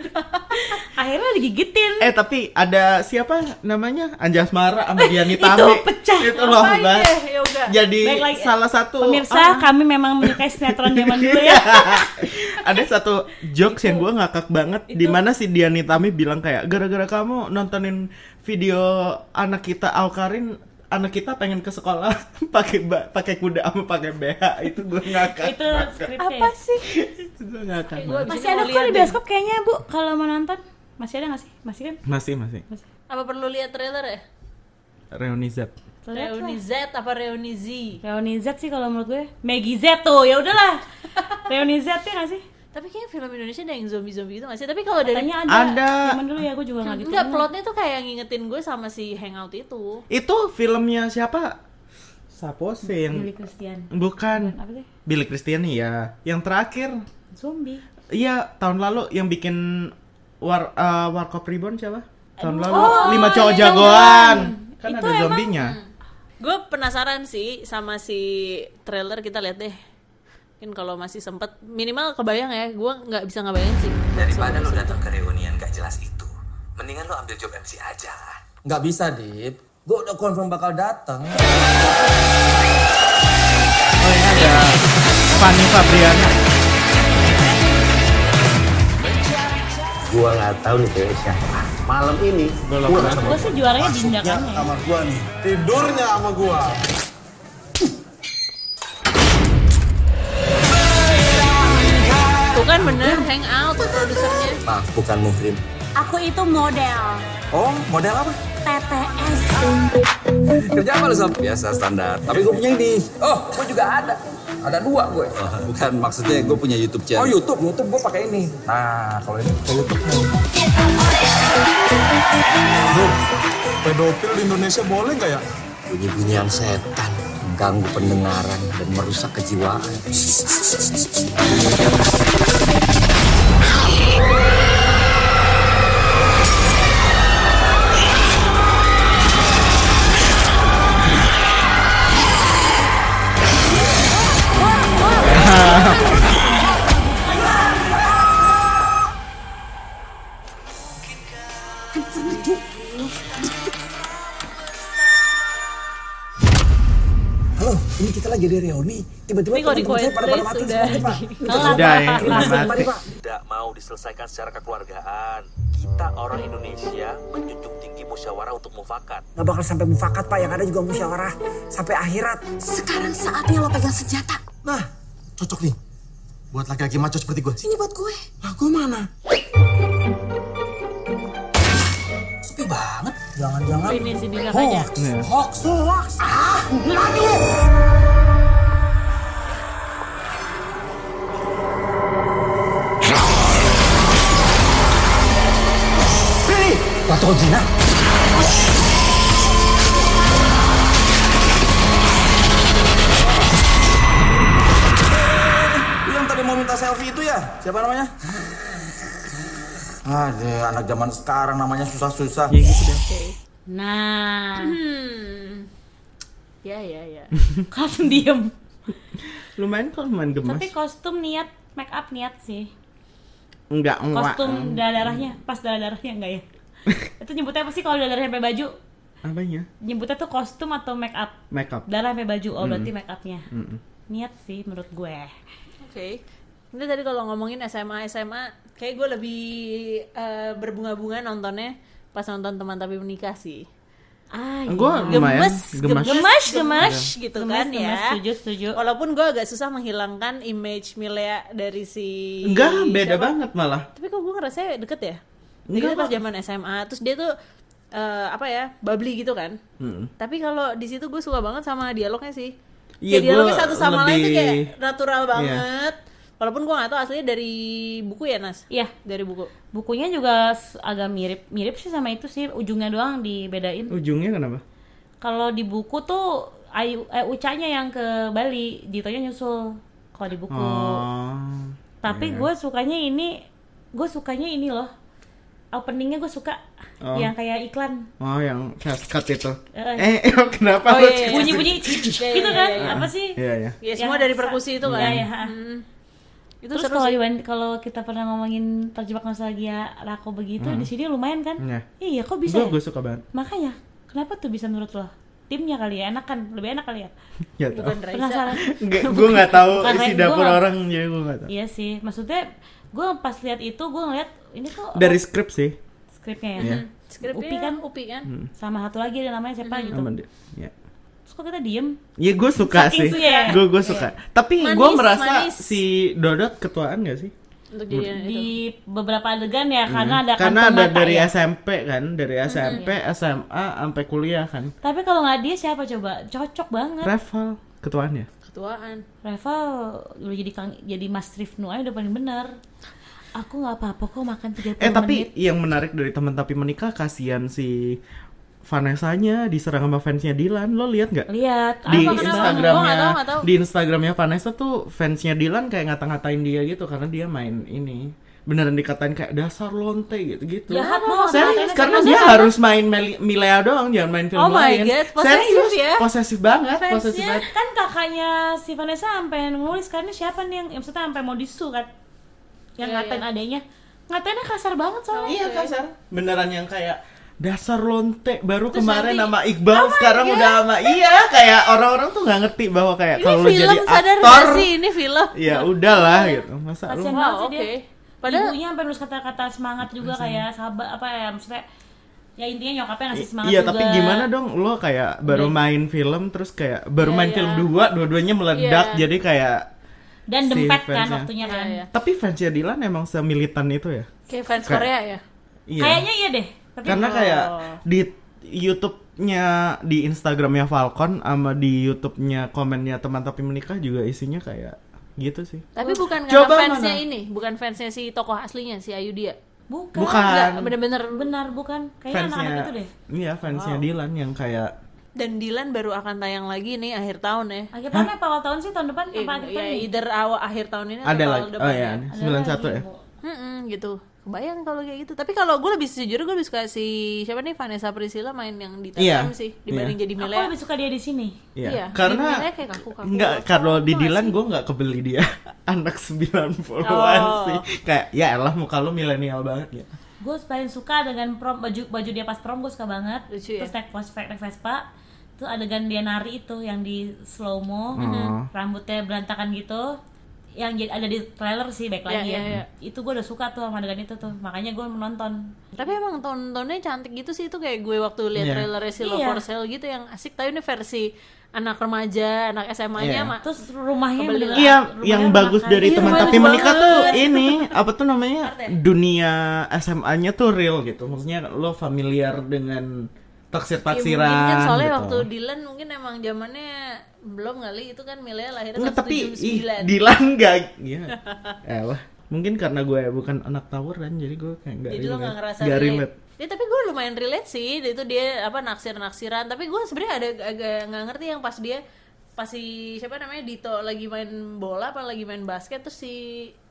Akhirnya digigitin. Tapi ada siapa namanya? Anjasmara sama Diani itu Tami. pecah. Itu loh, Ngapain Mbak. deh, ya udah. Jadi Baik lagi. salah satu Pemirsa, kami memang menyukai sinetron zaman dulu ya. ada satu jokes yang gue ngakak banget di mana si Diani Tami bilang kayak gara-gara kamu nontonin video anak kita Alkarin, anak kita pengen ke sekolah pakai kuda sama pakai BH. Itu gue ngakak. Itu banget. skripnya. Apa sih? Gue ngakak. Gua banget. abis Masih ini ada mau kok lihat di deh. bioskop kayaknya, Bu. Kalau mau nonton, masih ada nggak sih? Masih kan? Masih. Apa perlu lihat trailer ya? Reuni Z. Lihat Reuni lah. Z apa Reuni Z? Reuni Z sih kalau menurut gue. Maggie Z tuh, ya udahlah. Reuni Z ya nggak sih? Tapi kayaknya film Indonesia ada yang zombie-zombie gitu gak sih? Tapi kalau dari Katanya Ada. Zaman dulu ya, gue juga nggak gitu. enggak, plotnya tuh kayak ngingetin gue sama si Hangout itu. Itu filmnya siapa? Sapo sih yang Billy Christian. bukan Apa sih? Billy Christian ya. Yang terakhir. Zombie. Iya, tahun lalu yang bikin Warkop Reborn siapa? Tahun lalu Oh, 5 cowok yang jagoan. Kan Itu ada emang- zombinya. Gue penasaran sih sama si trailer, kita lihat deh. Mungkin kalau masih sempet, minimal kebayang ya. Gue nggak bisa ngebayangin sih. Daripada lo datang ke reunian gak jelas itu, mendingan lo ambil job MC aja. Nggak bisa, Dip. Gue udah confirm bakal datang. Oh ini ada Fanny Fabriana. Gua nggak tahu nih cewek siapa. Malam ini gua Gue sih juaranya Dinda kan ya. sama gua nih, tidurnya sama gua. Tuh kan bener Hangout produsernya. Maaf, bukan Muhrim. Aku itu model Oh, model apa? TTS. Kerja apa lu, Sob? Biasa, standar. Tapi gue punya ini. Oh, gue juga ada. Ada 2 gue. bukan, maksudnya gue punya YouTube channel. Oh, YouTube? YouTube gue pakai ini. Nah, kalau ini pakai YouTube nih. Bro, pedofil di Indonesia boleh nggak ya? Bunyi-bunyian setan. Mengganggu pendengaran dan merusak kejiwaan. Halo, ini kita lagi di reuni. Tiba-tiba Tapi kalau di teman-teman saya pada Quiet mati Place semuanya, Pak. Udah ya, udah mati. Mari, Pak. tidak mau diselesaikan secara kekeluargaan. Kita orang Indonesia menjunjung tinggi musyawarah untuk mufakat. Nggak bakal sampai mufakat, Pak. Yang ada juga musyawarah sampai akhirat. Sekarang saatnya lo pegang senjata. Nah, cocok nih. Buat laki-laki maco seperti gue. Ini buat gue. Lah, gue mana? Sepi banget. Jangan-jangan Ini si Dinda kayaknya. Hoax. Pilih. Lato Zina. Siapa namanya? Aduh, anak zaman sekarang namanya susah-susah. Ya gitu deh. Nah, Ya. langsung diem. Lumayan gemes. Tapi kostum niat, make up niat sih. Enggak. Kostum darah-darahnya, pas darah-darahnya enggak ya? Itu nyebutnya apa sih kalau darah sampai baju? Apanya? Nyebutnya tuh kostum atau make up? Make up. Darah sampai baju, berarti make upnya. Niat sih menurut gue. Oke. Ini tadi kalau ngomongin SMA, kayak gue lebih berbunga-bunga nontonnya pas nonton Teman Tapi Menikah sih. Gue lumayan Gemes gitu kan Gemes, ya. setuju. Walaupun gue agak susah menghilangkan image Milea dari si Enggak, beda siapa? banget malah. Tapi kok gue ngerasa deket ya. Enggak, Jadi pas kok. zaman SMA, terus dia tuh bubbly gitu kan. Tapi kalau di situ gue suka banget sama dialognya sih. Iya, Kayak dialognya gua satu sama lain tuh lebih- kayak natural banget. Walaupun gue gak tahu aslinya dari buku ya Nas. Iya, Dari buku. bukunya juga agak mirip sih sama itu sih, ujungnya doang dibedain. Ujungnya kenapa? Kalau di buku tuh Ucanya yang ke Bali, Ditonya nyusul kalau di buku. Tapi gue sukanya ini loh. Openingnya gue suka yang kayak iklan. Yang fast cut itu. Oh, Kenapa lo iya. Bunyi-bunyi gitu kan? Iya. Apa sih? Iya. Ya semua Yang dari perkusi itu kan. Iya. Itu Terus seru kalau sih. kalau kita pernah ngomongin terjebak nostalgia Rako begitu, di sini lumayan kan? Iya. Iya, kok bisa? Gue suka banget. Makanya, kenapa tuh bisa menurut lo? Timnya kali ya, lebih enak kali ya? Ya Bukan tau. Raisa. Penasaran? Gue nggak tahu Bukan isi Rai- dapur gua nggak- orang, jadi gue nggak tahu. Iya sih, maksudnya gue pas lihat itu gue ngeliat ini tuh Dari skrip sih. skripnya ya. Iya. Skripnya Upi kan? Hmm. Sama satu lagi ada namanya siapa gitu. Sama dia. Ya. Terus kok kita diem? Iya gue suka Saking sih. suka ya? Gue suka. Tapi gue Manis, merasa manis. si Dodot ketuaan gak sih? Untuk jadi itu. Di beberapa adegan ya, karena ada Karena kantong ada mata dari ya. SMP kan, dari SMP, SMA sampai kuliah kan. Tapi kalau nggak dia siapa coba? Cocok banget. Reval ketuaannya. Ketuaan. Reval udah jadi Mas Rifnu aja udah paling benar. Aku nggak apa-apa kok makan 30 menit. Tapi yang menarik dari Teman Tapi Menikah, kasihan si Vanessa-nya diserang sama fansnya Dilan. Lo lihat nggak? Lihat Di Apa, kenapa? Instagramnya, Gua nggak tahu. di Instagramnya Vanessa tuh fansnya Dilan kayak ngata-ngatain dia gitu karena dia main ini. Beneran dikatain kayak dasar lonte gitu-gitu. Jahat banget. Serius, Ngatain karena sama dia siapa? harus main Milea doang, jangan main film Oh my lain. God, posesif Serius, ya? posesif banget, Fansnya posesif banget. Kan kakaknya si Vanessa sampai nulis karena siapa nih yang maksudnya sampai mau disu kan? Yang Iya, ngatain adanya. Ngatainnya kasar banget soalnya. Iya kasar. Beneran yang kayak dasar lonte baru Terus kemarin nanti, sama Iqbal sekarang udah sama kayak orang-orang tuh nggak ngerti bahwa kayak Ini kalau lu film, jadi sadar aktor nggak sih ini film? ya udahlah gitu. Masa lu Kasian Wow, banget sih oke. dia. Padahal Ibunya sampai nulis kata-kata semangat juga kayak sahabat apa ya maksudnya ya intinya nyokapnya ngasih semangat iya juga. tapi gimana dong lo kayak baru main film terus kayak baru main film dua-duanya meledak jadi kayak dan si dempet kan fansnya. waktunya kan. Iya. Tapi fansnya Dilan emang semilitan itu ya? kayak fans Kayak- Korea ya. Iya. Kayaknya iya deh. Tapi Karena kayak di YouTube-nya, di Instagramnya Falcon sama di YouTube-nya komennya Teman Tapi Menikah juga isinya kayak gitu sih. Tapi bukan Coba karena fansnya mana? ini, bukan fansnya si tokoh aslinya si Ayudhya. bukan. Bukan. Bener-bener. Benar bukan. Kayaknya anak-anak itu deh. Iya fansnya Dilan yang kayak Dan Dilan baru akan tayang lagi nih akhir tahun ya. Akhir tahun apa awal tahun sih tahun depan apa akhir Ya, tahun? nih? either awal akhir tahun ini atau ada awal lagi. depan Oh iya, ya. 91 ya. Gitu. Kebayang kalau kayak gitu. Tapi kalau gue lebih sejujurnya gue lebih suka si siapa nih Vanessa Priscilla main yang di Iya. TVM sih dibanding jadi Aku Milea. lebih suka dia di sini. Iya. Iya, Karena Milea kayak kaku-kaku. enggak kalau di Tau Dilan gak sih? gue nggak kebeli dia anak 90-an Oh. sih. Kayak ya elah muka lu milenial banget ya. Gue paling suka dengan baju dia pas prom gue suka banget. Lucu ya? Terus naik Vespa. Tuh adegan dia nari itu yang di slow mo, rambutnya berantakan gitu. Yang jadi ada di trailer sih baik lagi Iya, ya. iya. Itu gue udah suka tuh sama adegan itu tuh. Makanya gue menonton. Tapi emang tontonnya cantik gitu sih, itu kayak gue waktu lihat Iya. trailernya si Love Iya. for Sale gitu yang asik. Tapi ini versi anak remaja, anak SMA-nya Iya. mah. Terus rumahnya Kebeli. bener-bener- Iya, rumahnya yang rumah bagus kayu. dari Iya, Teman bagus Tapi Menikah banget. tuh ini apa tuh namanya dunia SMA-nya tuh real gitu. Maksudnya lo familiar dengan Ya, taksir-taksiran mungkin kan soalnya gitu. waktu Dilan mungkin emang zamannya belum kali itu kan Milea lahirnya Enggak, tahun tapi 79. Dilan enggak ya. Elah. Mungkin karena gue bukan anak tawuran jadi gue kayak enggak Jadi lo gak ngerasa Nggak relate. Ya tapi gue lumayan relate sih. Itu dia apa naksir-naksiran. Tapi gue sebenarnya ada agak nggak ngerti yang pas si siapa namanya Dito lagi main bola apa lagi main basket terus si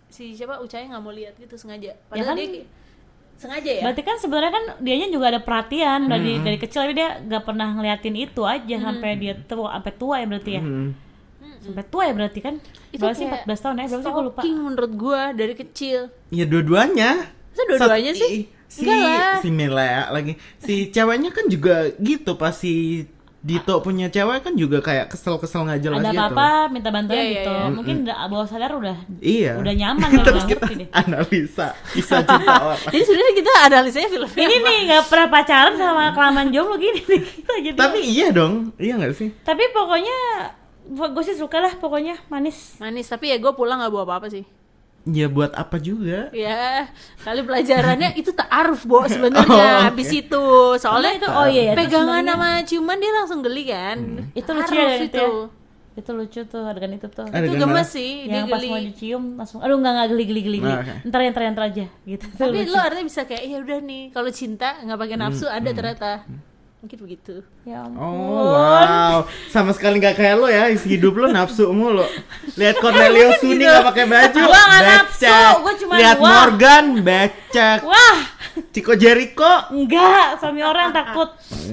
siapa Ucaya nggak mau lihat gitu sengaja. Padahal kan? dia sengaja ya. Berarti kan sebenarnya kan dianya juga ada perhatian dari kecil, tapi dia nggak pernah ngeliatin itu aja sampai dia sampai tua ya berarti ya. Sampai tua ya berarti kan. Itu Berapa sih, kayak 14 tahun ya? Berapa sih gue lupa. stalking menurut gue dari kecil. Ya dua-duanya. Masa dua-duanya sih? Enggak lah. Si Milea lagi. Si ceweknya kan juga gitu pas si Dito punya cewek kan juga kayak kesel-kesel nggak jelas Ada gitu. apa-apa minta bantuan Iya, gitu. iya. Mungkin bawah sadar udah Iya. udah nyaman Terus nggak kita ngerti deh. analisa kisah cinta orang. Jadi sebenarnya kita analisanya film Ini nih nggak pernah pacaran sama kelamaan jomblo gini nih kita jadi. Tapi iya dong, iya nggak sih? Tapi pokoknya gue sih suka lah pokoknya manis. manis, tapi ya gue pulang nggak bawa apa-apa sih. Ya buat apa juga? Ya kali pelajarannya itu ta'aruf Bo sebenarnya. Habis itu soalnya Itu iya ya. pegangan sama ciuman dia langsung geli kan. Itu lucu Ta'aruf ya itu. Ya. Itu lucu tuh adegan itu tuh. Adegan Itu mana? gemes sih, dia Yang pas mau geli. dicium langsung aduh enggak geli. Nah, oke. Ntar aja gitu. Itu Tapi lucu. lo artinya bisa kayak ya udah nih, kalau cinta nggak pakai nafsu ada ternyata. Mungkin begitu. Ya ampun. Oh wow, sama sekali nggak kayak lo ya, isi hidup lo nafsu mulu. Lihat Cornelio Suni nggak pakai baju, Gua nggak nafsu, gua cuma Lihat wah. Morgan, becek. Wah, Chico Jericho. enggak, suami orang takut.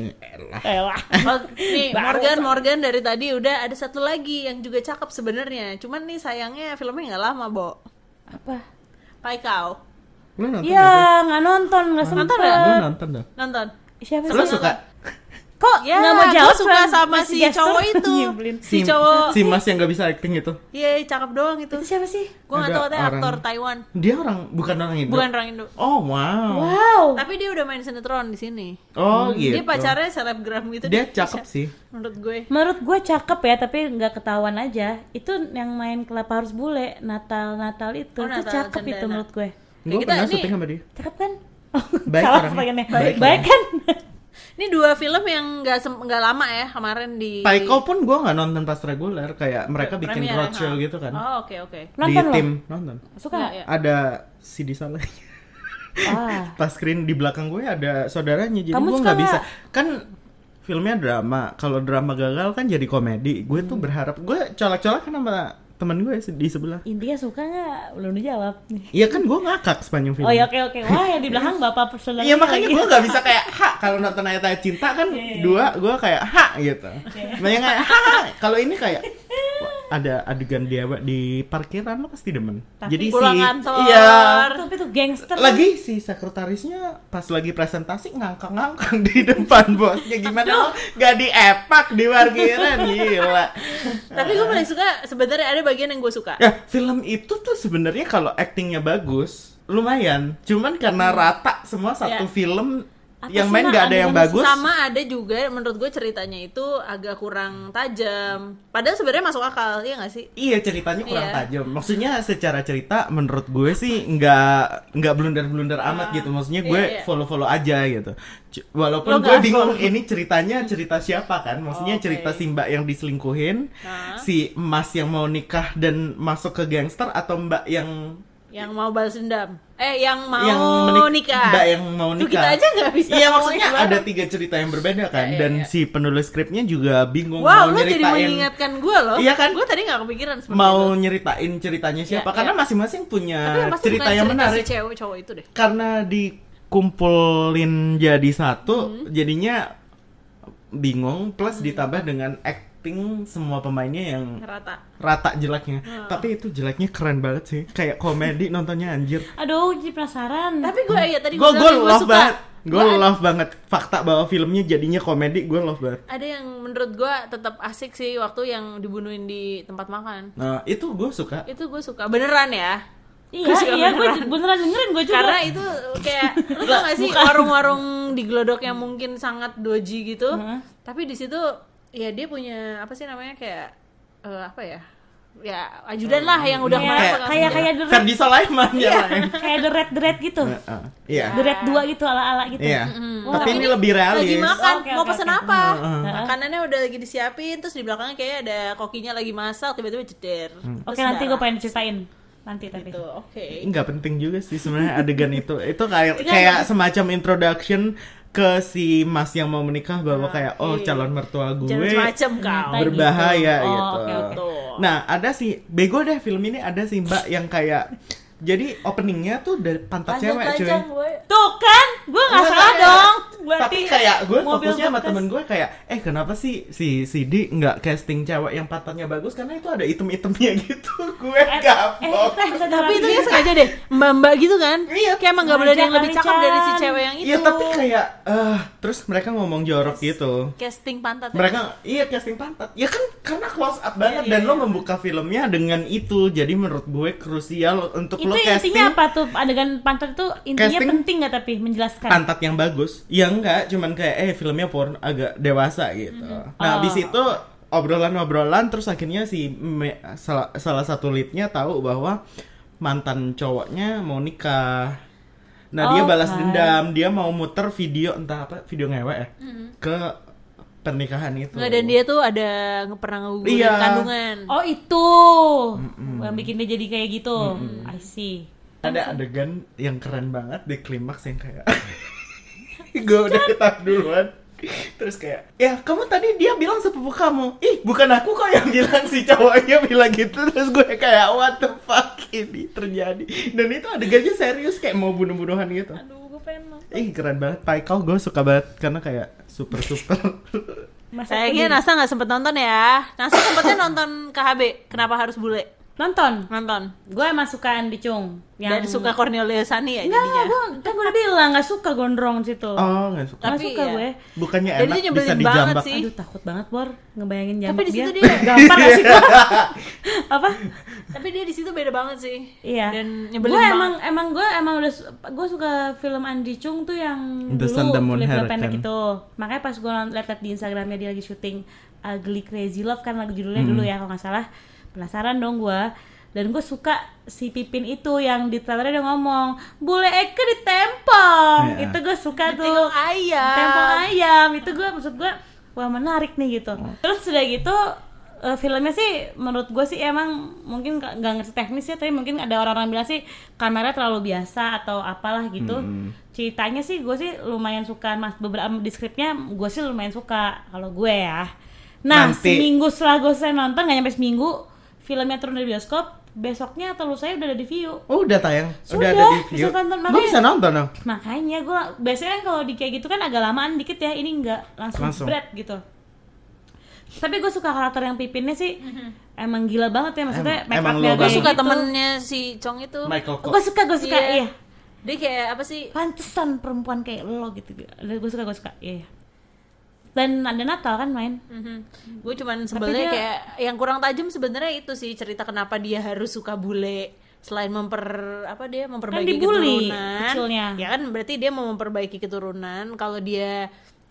Elah. Oh, nih Morgan dari tadi udah ada satu lagi yang juga cakep sebenarnya. Cuman nih sayangnya filmnya nggak lama, Bo. Apa? Pai Kau. Lo nonton? Ya, nggak nonton, nggak sempet. Gue nonton dong. Nonton. Siapa Lo sih? suka? Kok Ya, nggak mau jawab? gua suka Fran? sama Masih si gestur? cowok itu. Nyebelin. Si cowok. Si Mas yang nggak bisa acting itu. Iya, cakep doang itu. Itu siapa sih? Gue nggak Ada tahu katanya orang. aktor Taiwan. Dia bukan orang Indo. Bukan orang Indo. Oh wow. Wow. Tapi dia udah main sinetron di sini. Oh gitu. Dia pacarnya selebgram gitu. Dia cakep sih. Menurut gue. Menurut gue cakep ya, tapi nggak ketahuan aja. Itu yang main Kelapa Harus Bule, Natal itu, Oh, itu Natal cakep Cendana. itu menurut gue. Gue kita pernah ini- syuting sama dia. Cakep kan? Oh, Baik salah orangnya. pertanyaannya. Baik Baik kan? Ini dua film yang nggak lama ya kemarin di. Taiko pun gue nggak nonton pas reguler, kayak mereka bikin Premier, roadshow ha. gitu kan. Oh oke. Di Nonton lo? tim nonton. Suka nggak? Iya. Ada CD Saleh. Ah. Pas screen di belakang gue ada saudaranya, jadi Kamu gue suka nggak bisa. nggak? Kan filmnya drama, kalau drama gagal kan jadi komedi. Gue tuh berharap, gue colak-colak kan sama temen gue di sebelah. Intinya suka nggak? Belum dijawab. Iya kan gue ngakak sepanjang film. Oh ya oke. Wah yang di belakang bapak personal. Iya makanya gue nggak bisa kayak ha kalau nonton Ayat Cinta kan dua gue kayak ha gitu. Banyak kayak ha. Kalau ini kayak wah, ada adegan dia di parkiran lo pasti demen. Jadi pulang kantor. iya. Tapi tuh gangster. Lagi si sekretarisnya pas lagi presentasi ngangkang-ngangkang di depan bosnya gimana? Gak diepak di parkiran gila. Tapi gue paling suka sebenarnya ada bagian yang gue suka. Ya, film itu tuh sebenarnya kalau aktingnya bagus, lumayan. Cuman karena rata semua satu Ya. film Apa yang sih, main Mak, gak ada yang adegan bagus. Sama ada juga menurut gue ceritanya itu agak kurang tajam. Padahal sebenarnya masuk akal, iya gak sih? Iya ceritanya kurang Iya. tajam. Maksudnya secara cerita menurut gue sih nggak blunder-blunder amat gitu. Maksudnya gue Iya, iya. follow aja gitu. Walaupun Lo gue nggak bingung follow. ini ceritanya cerita siapa kan? Maksudnya Oke. cerita si Mbak yang diselingkuhin, Nah. si Mas yang mau nikah dan masuk ke gangster atau Mbak yang Yang mau balas dendam. Yang mau nikah. Mbak yang mau Tuh, nikah. kita aja nggak bisa Iya ngomong maksudnya gimana. ada 3 cerita yang berbeda kan. Iya, Dan iya. si penulis skripnya juga bingung Wow, mau lo jadi nyeritain mengingatkan gue loh. Iya kan? Gue tadi nggak kepikiran seperti mau itu. nyeritain ceritanya siapa. Iya, Karena iya. masing-masing punya Tapi yang pasti cerita bukan yang cerita menarik. si cewek cowok itu deh. Karena dikumpulin jadi satu, jadinya bingung. Plus ditambah dengan acting semua pemainnya yang rata jeleknya. Tapi itu jeleknya keren banget sih. Kayak komedi nontonnya anjir. Aduh, jadi penasaran. Tapi gue ya tadi Gue bilang love suka. banget. Gue love banget fakta bahwa filmnya jadinya komedi. Gue love banget. Ada yang menurut gue tetap asik sih waktu yang dibunuhin di tempat makan. Nah itu gue suka. Itu gue suka beneran ya. Iya, Gua suka gue beneran. beneran dengerin gue juga. Karena itu kayak lu tau gak sih warung-warung di Glodok yang mungkin sangat doji gitu. Tapi di situ ya dia punya apa sih namanya kayak apa ya? Ya ajudan lah yang udah kemarin kayak The Red, Ferdi Sulaiman ya lain. kayak The Red gitu. Iya. The Red 2 gitu ala-ala gitu. Iya. Wah, Tapi ini lebih realis. lagi makan, Oke, mau oke, pesen oke. apa? Makanannya udah lagi disiapin, terus di belakangnya kayak ada kokinya lagi masak, tiba-tiba jeder. Oke, nanti gue pengen ceritain. Nanti tapi. Gitu, oke. Nggak penting juga sih sebenarnya adegan itu. Itu kayak semacam introduction ke si Mas yang mau menikah bahwa kayak calon mertua gue Jangan macam kau. berbahaya gitu. Oh, gitu. oke, oke. Nah, ada sih bego deh film ini ada sih Mbak yang kayak Jadi openingnya tuh dari pantat cewek cuy. Tuh kan, gue nggak salah dong. Berarti Tapi kayak gue mobil fokusnya sama bekas. temen gue kayak kenapa sih si D nggak casting cewek yang pantatnya bagus karena itu ada item-itemnya gitu. Gue gapok. Tapi itu ya sengaja deh, mbak-mbak gitu kan? Iya. Kayak emang gak boleh ada yang lebih cakep dari si cewek yang itu. Iya tapi kayak terus mereka ngomong jorok gitu. Casting pantat. Mereka casting pantat. Ya kan karena close up banget dan lo membuka filmnya dengan itu. Jadi menurut gue krusial untuk itu lo casting intinya apa tuh adegan pantat itu intinya casting penting nggak tapi menjelaskan pantat yang bagus. Ya enggak, cuman kayak filmnya porn agak dewasa gitu. Nah, habis itu obrolan terus akhirnya salah satu leadnya tahu bahwa mantan cowoknya mau nikah. Nah, dia balas dendam, dia mau muter video entah apa, video ngewek ya. Ke pernikahan itu. Nggak, dan dia tuh ada pernah ngegugulin kandungan. Oh itu yang bikin dia jadi kayak gitu. I see. Ada adegan yang keren banget di klimaks yang kayak gue udah ketak duluan. Terus kayak, ya kamu tadi dia bilang sepupu kamu. Ih, bukan aku kok yang bilang, si cowoknya bilang gitu. Terus gue kayak, what the fuck ini terjadi. Dan itu adegannya serius kayak mau bunuh-bunuhan gitu. Aduh, gue pengen nonton. Keren banget. Paikal gue suka banget karena kayak super. Sayangnya Nasa nggak sempet nonton ya. Nasa sempetnya nonton KHB. Kenapa harus bule? Nonton. Gue emang suka Andi Chung. Dan suka Cornelia Sani ya Enggak, jadinya. gue udah bilang nggak suka gondrong situ. Oh, nggak suka. Nggak Tapi suka ya. gue. Bukannya Dan enak itu nyebelin bisa banget dijambak. sih. Aduh takut banget Bor ngebayangin jambak Tapi di situ dia. dia Gampar gak sih gue? Apa? Tapi dia di situ beda banget sih. Iya. Dan nyebelin Gue banget. emang udah gue suka film Andi Chung tuh yang The dulu Sun, The Moon, film Hurricane. pendek itu. Makanya pas gue liat di Instagramnya dia lagi syuting Ugly Crazy Love kan lagu judulnya dulu ya kalau nggak salah. Penasaran dong gue. Dan gue suka si Pipin itu yang di trailernya dia ngomong bule Eke ditempong. Itu gue suka tuh. Tempong ayam. Itu gue maksud gue wah menarik nih gitu. Terus sudah gitu filmnya sih menurut gue sih emang mungkin nggak ngerti teknis ya, tapi mungkin ada orang-orang bilang sih kamera terlalu biasa atau apalah gitu. Ceritanya sih gue sih lumayan suka, mas beberapa di skripnya gue sih lumayan suka kalau gue ya. Nah seminggu setelah gue nonton, nggak nyampe seminggu filmnya turun dari bioskop, besoknya atau lusanya udah ada di view. Oh udah tayang? Udah ada di view? Gue bisa nonton dong? Makanya gue biasanya kalau di kayak gitu kan agak lamaan dikit ya, ini nggak langsung spread gitu. Tapi gue suka karakter yang Pipinnya sih emang gila banget ya, maksudnya make upnya gue suka gitu. temennya si Chong itu. Michael Kok. Gue suka iya. Dia kayak apa sih? Pantesan perempuan kayak lo gitu. Gue suka iya. Dan ada Natal kan main. Gue cuman sebelnya kayak yang kurang tajam sebenarnya itu sih cerita kenapa dia harus suka bule. Selain memperbaiki dibully keturunan kecilnya. ya kan berarti dia mau memperbaiki keturunan. Kalau dia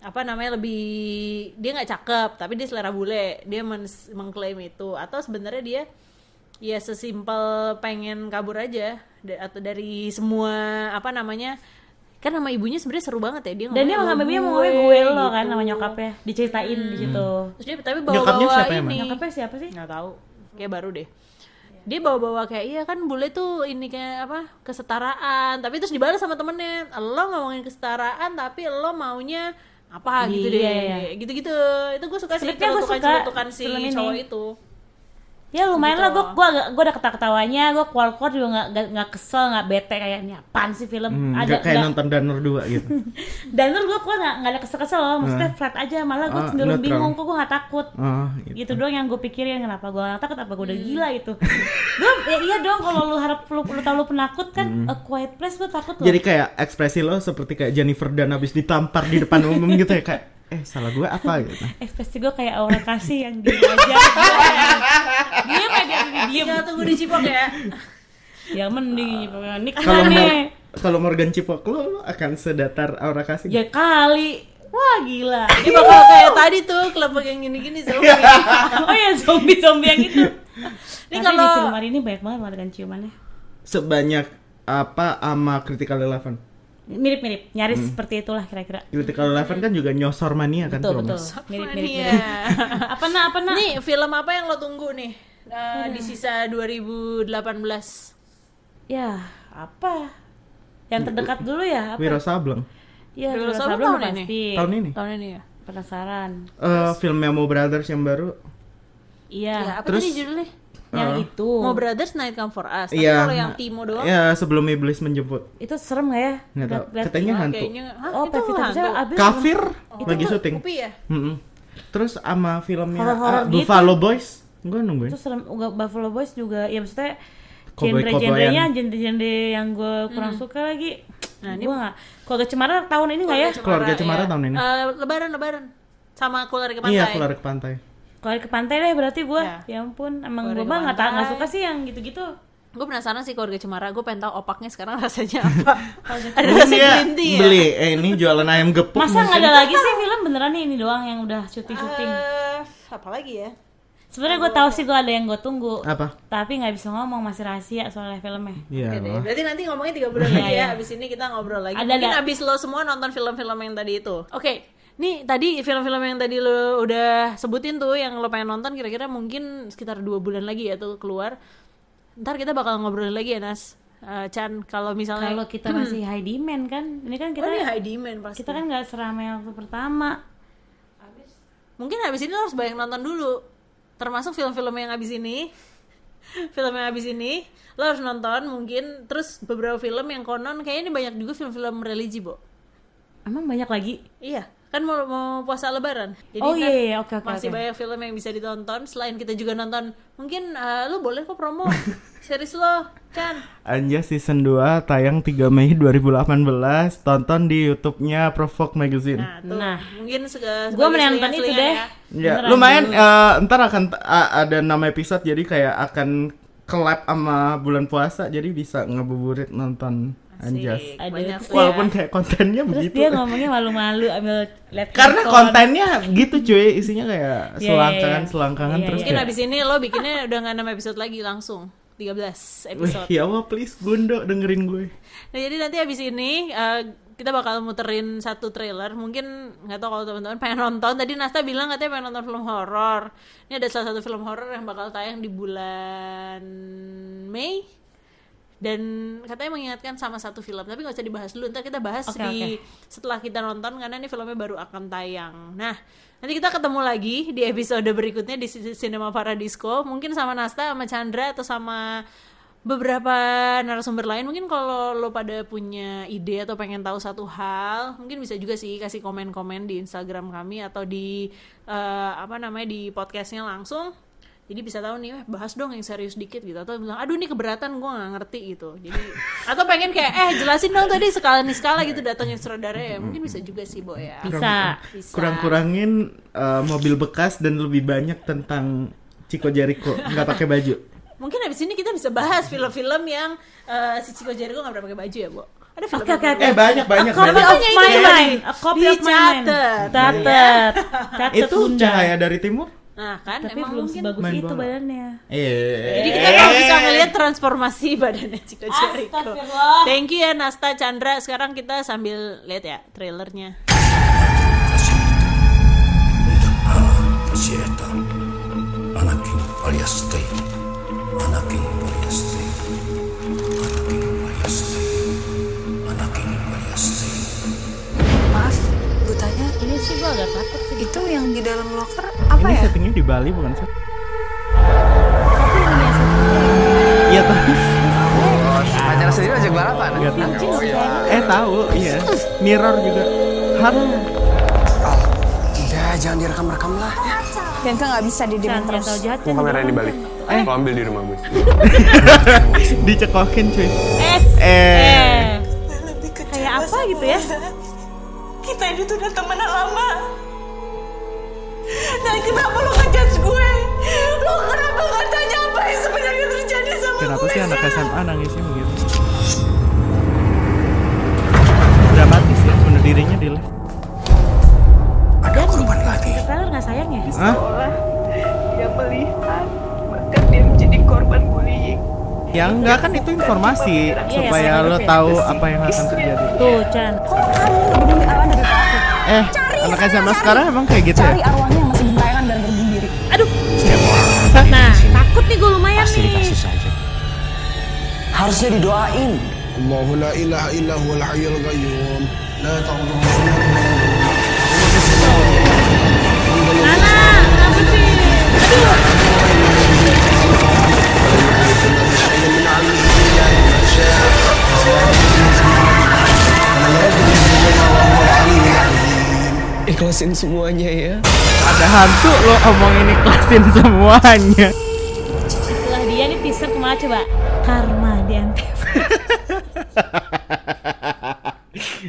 dia nggak cakep tapi dia selera bule, dia mengklaim itu, atau sebenarnya dia ya sesimpel pengen kabur aja atau dari semua kan nama ibunya sebenarnya seru banget ya, dia dan dia sama ibunya mau gue lo kan nama nyokapnya diceritain di situ. Terus dia tapi bawa nyokapnya siapa sih? Nggak tahu, kayak baru deh. Dia bawa kayak iya kan bule tuh ini kayak kesetaraan, tapi terus dibalas sama temennya, lo ngomongin kesetaraan tapi lo maunya apa gitu deh, gitu-gitu. Itu gue suka sih celutukan si cowok itu. Ya lumayan lah, gue udah ketawa-ketawanya, gue keluar juga nggak kesel, nggak bete kayak ini apaan sih film. Ada kayak nonton Danur 2 gitu. Danur gue nggak ada kesel-kesel loh, maksudnya flat aja, malah gue cenderung bingung kok gue nggak takut. Gitu doang yang gue pikirin, kenapa gue nggak takut, apa gue udah gila itu. Gue iya dong, kalau lu harap lu tahu lu penakut kan, A Quiet Place gue takut loh. Jadi kayak ekspresi lo seperti kayak Jennifer Dan habis ditampar di depan umum gitu ya, kayak salah gue apa gitu. Ekspresi gue kayak Aura Kasih yang diem aja. Diem aja, diem. Tinggal tunggu dicipok ya. Ya mending nih kalau Morgan Cipok lo akan sedatar Aura Kasih. Ya kali. Wah gila. Ini bakal kayak tadi tuh kelompok yang gini-gini zombie. Oh ya zombie yang itu. Ini kalau di film hari ini banyak banget adegan ciumannya. Sebanyak apa sama Critical Eleven? Mirip-mirip, nyaris seperti itulah kira-kira. Critical Eleven kan juga nyosor mania kan. Betul. Mirip-mirip. Apa Nih film apa yang lo tunggu nih di sisa 2018? Ya apa? Yang terdekat dulu ya apa? Wiro Sableng. Ya Wiro Sableng pasti. Tahun ini ya. Penasaran. Film Memo Brothers yang baru. Iya. Apa tadi judulnya? Yang itu. Mo Brothers Night Come For Us. Tapi Iya. kalau yang Timo doang Ya, sebelum iblis menjemput. Itu serem gak ya? Nggak tahu. Lihat- Katanya hantu. kayaknya Oh, itu Pevita hantu. Pearce abis Kafir Itu lagi tuh syuting. Upi ya? Terus sama filmnya Horor-horor gitu. Buffalo Boys. Gue nungguin. itu serem. Buffalo Boys juga ya maksudnya Cowboy-cowboyan. genre-genrenya genre yang gue kurang suka lagi. Nah, ini gue nggak. Keluarga Cemara tahun ini nggak ya? Keluarga Cemara tahun ini. Lebaran sama Keluarga ke Pantai. Iya, keluar ke pantai. Keluarga ke pantai deh berarti gue. Ya. Ya ampun, emang Keluarga gue mah ke nggak pantai. suka sih yang gitu-gitu. Gue penasaran sih Keluarga Cemara. Gue pengen tahu opaknya sekarang rasanya apa. Ada Mungkin rasa dia green tea ya? beli ini jualan ayam gepuk. Masa nggak mungkin. ada lagi sih film beneran nih ini doang yang udah syuting-syuting. Apa lagi ya? Sebenarnya gue tahu sih gue ada yang gue tunggu. Apa? Tapi nggak bisa ngomong, masih rahasia soalnya filmnya. Iya. Oke deh. loh. Berarti nanti ngomongnya 3 bulan Iya, lagi ya. iya. Abis ini kita ngobrol lagi. Ada, Mungkin ada. abis lo semua nonton film-film yang tadi itu. Oke. Nih tadi film-film yang tadi lo udah sebutin tuh yang lo pengen nonton kira-kira mungkin sekitar 2 bulan lagi ya tuh keluar. Ntar kita bakal ngobrol lagi ya Nas. Chan, kalau misalnya Kalau kita masih high demand kan, ini kan kita ini high demand pasti. kita kan nggak seramai waktu pertama. Mungkin habis ini lo harus banyak nonton dulu. Termasuk film-film yang habis ini. Film yang habis ini lo harus nonton mungkin. Terus beberapa film yang konon kayaknya ini banyak juga film-film religi, Bo. Emang banyak lagi? Iya, kan mau puasa lebaran. Jadi Oh, kan iya, oke, masih oke. banyak film yang bisa ditonton. Selain kita juga nonton, mungkin lo boleh kok promo series lo, Chan. Anja season 2 tayang 3 Mei 2018. Tonton di YouTube-nya Provoke Magazine. Nah, tuh. Nah. Mungkin Gue menonton itu deh. Ya, Beneran lumayan dulu. ntar akan ada 6 episode jadi kayak akan collab sama bulan puasa jadi bisa ngebuburit nonton Anjas. Asik, banyak Aduh, tuh Walaupun ya. kayak kontennya Terus begitu. dia ngomongnya malu-malu ambil lihat Karena handphone. kontennya gitu cuy, isinya kayak Iya, selangkangan iya. terus Mungkin kayak, abis ini lo bikinnya udah gak 6 episode lagi langsung 13 wih, episode. ya Allah please Gundo dengerin gue. Nah jadi nanti abis ini kita bakal muterin satu trailer. Mungkin nggak tahu kalau teman-teman pengen nonton. Tadi Nasta bilang katanya pengen nonton film horor. Ini ada salah satu film horor yang bakal tayang di bulan Mei. Dan katanya mengingatkan sama satu film. Tapi nggak usah dibahas dulu. Ntar kita bahas Oke. setelah kita nonton karena ini filmnya baru akan tayang. Nah nanti kita ketemu lagi di episode berikutnya di Cinema Paradisco. Mungkin sama Nasta, sama Chandra atau sama beberapa narasumber lain. Mungkin kalau lo pada punya ide atau pengen tahu satu hal, mungkin bisa juga sih kasih komen-komen di Instagram kami atau di di podcastnya langsung. Jadi bisa tahu nih, bahas dong yang serius dikit gitu. Atau bilang, aduh nih keberatan gue gak ngerti gitu. Jadi atau pengen kayak, jelasin dong tadi skala gitu datanya sutradara ya. Mungkin bisa juga sih, Bo ya. Bisa. Kurang-kurangin mobil bekas dan lebih banyak tentang Chico Jericho nggak pakai baju. Mungkin abis ini kita bisa bahas film-film yang si Chico Jericho gak pernah pakai baju ya, Bo. Ada film Oke. banyak A copy banyak. of my mind. A copy of my mind. Dicatat. Catet. Catet Itu Bunda. Cahaya dari Timur. Nah kan Tapi emang belum mungkin sebagus main itu bola. badannya. jadi kita nggak bisa ngelihat transformasi badannya Chico Jericho. Astagfirullah. Thank you ya Nasta, Chandra. Sekarang kita sambil lihat ya trailernya. Sieta, Anakin alias Tei, Anakin alias Tei, Anakin alias Tei, Anakin alias Tei. Maaf, gue tanya, Ini sih gue agak takut sih. itu yang di dalam locker apa Ini ya? settingnya di Bali bukan sih? Iya terus. Acara sendiri ojek balapan. Nggak tahu. Tahu, iya. Mirror juga. Harus. Udah, jangan direkam-rekam lah. Bianca nggak bisa didiemin Jangan terus. tahu jahat. Mau kamera yang dibalik. Lo ambil di rumah gue. Dicekokin cuy. Kayak apa gitu ya? Kita ini tuh udah temenan lama. Dan kenapa lo ngejudge gue? Lo kenapa gak tanya apa yang sebenarnya terjadi sama Kenapa gue? sih anak SMA nangisnya begitu? Dramatis ya, bunuh dirinya di lift. Ada korban lagi. Trailer nggak sayang ya? Hah? Dia melihat, bahkan dia menjadi korban bullying. Ya enggak kan itu informasi supaya sama lo hidup ya. tahu apa yang akan terjadi. Tuh, Chan. Kok kamu lebih memilih Alan dari aku? Anak SMA sekarang emang kayak gitu Cari ya? arwahnya yang masih gentayangan dan berbunuh diri. Aduh. Nah, takut nih gue lumayan nih. saja. Harusnya didoain. Allahu la ilaha illa huwal hayyul qayyum. La ta'khudhuhu Nana, kenapa sih? Aduh. ikhlasin semuanya ya. Ada hantu lo omongin ikhlasin semuanya. Itulah dia nih teaser kemana coba? Karma di Antv.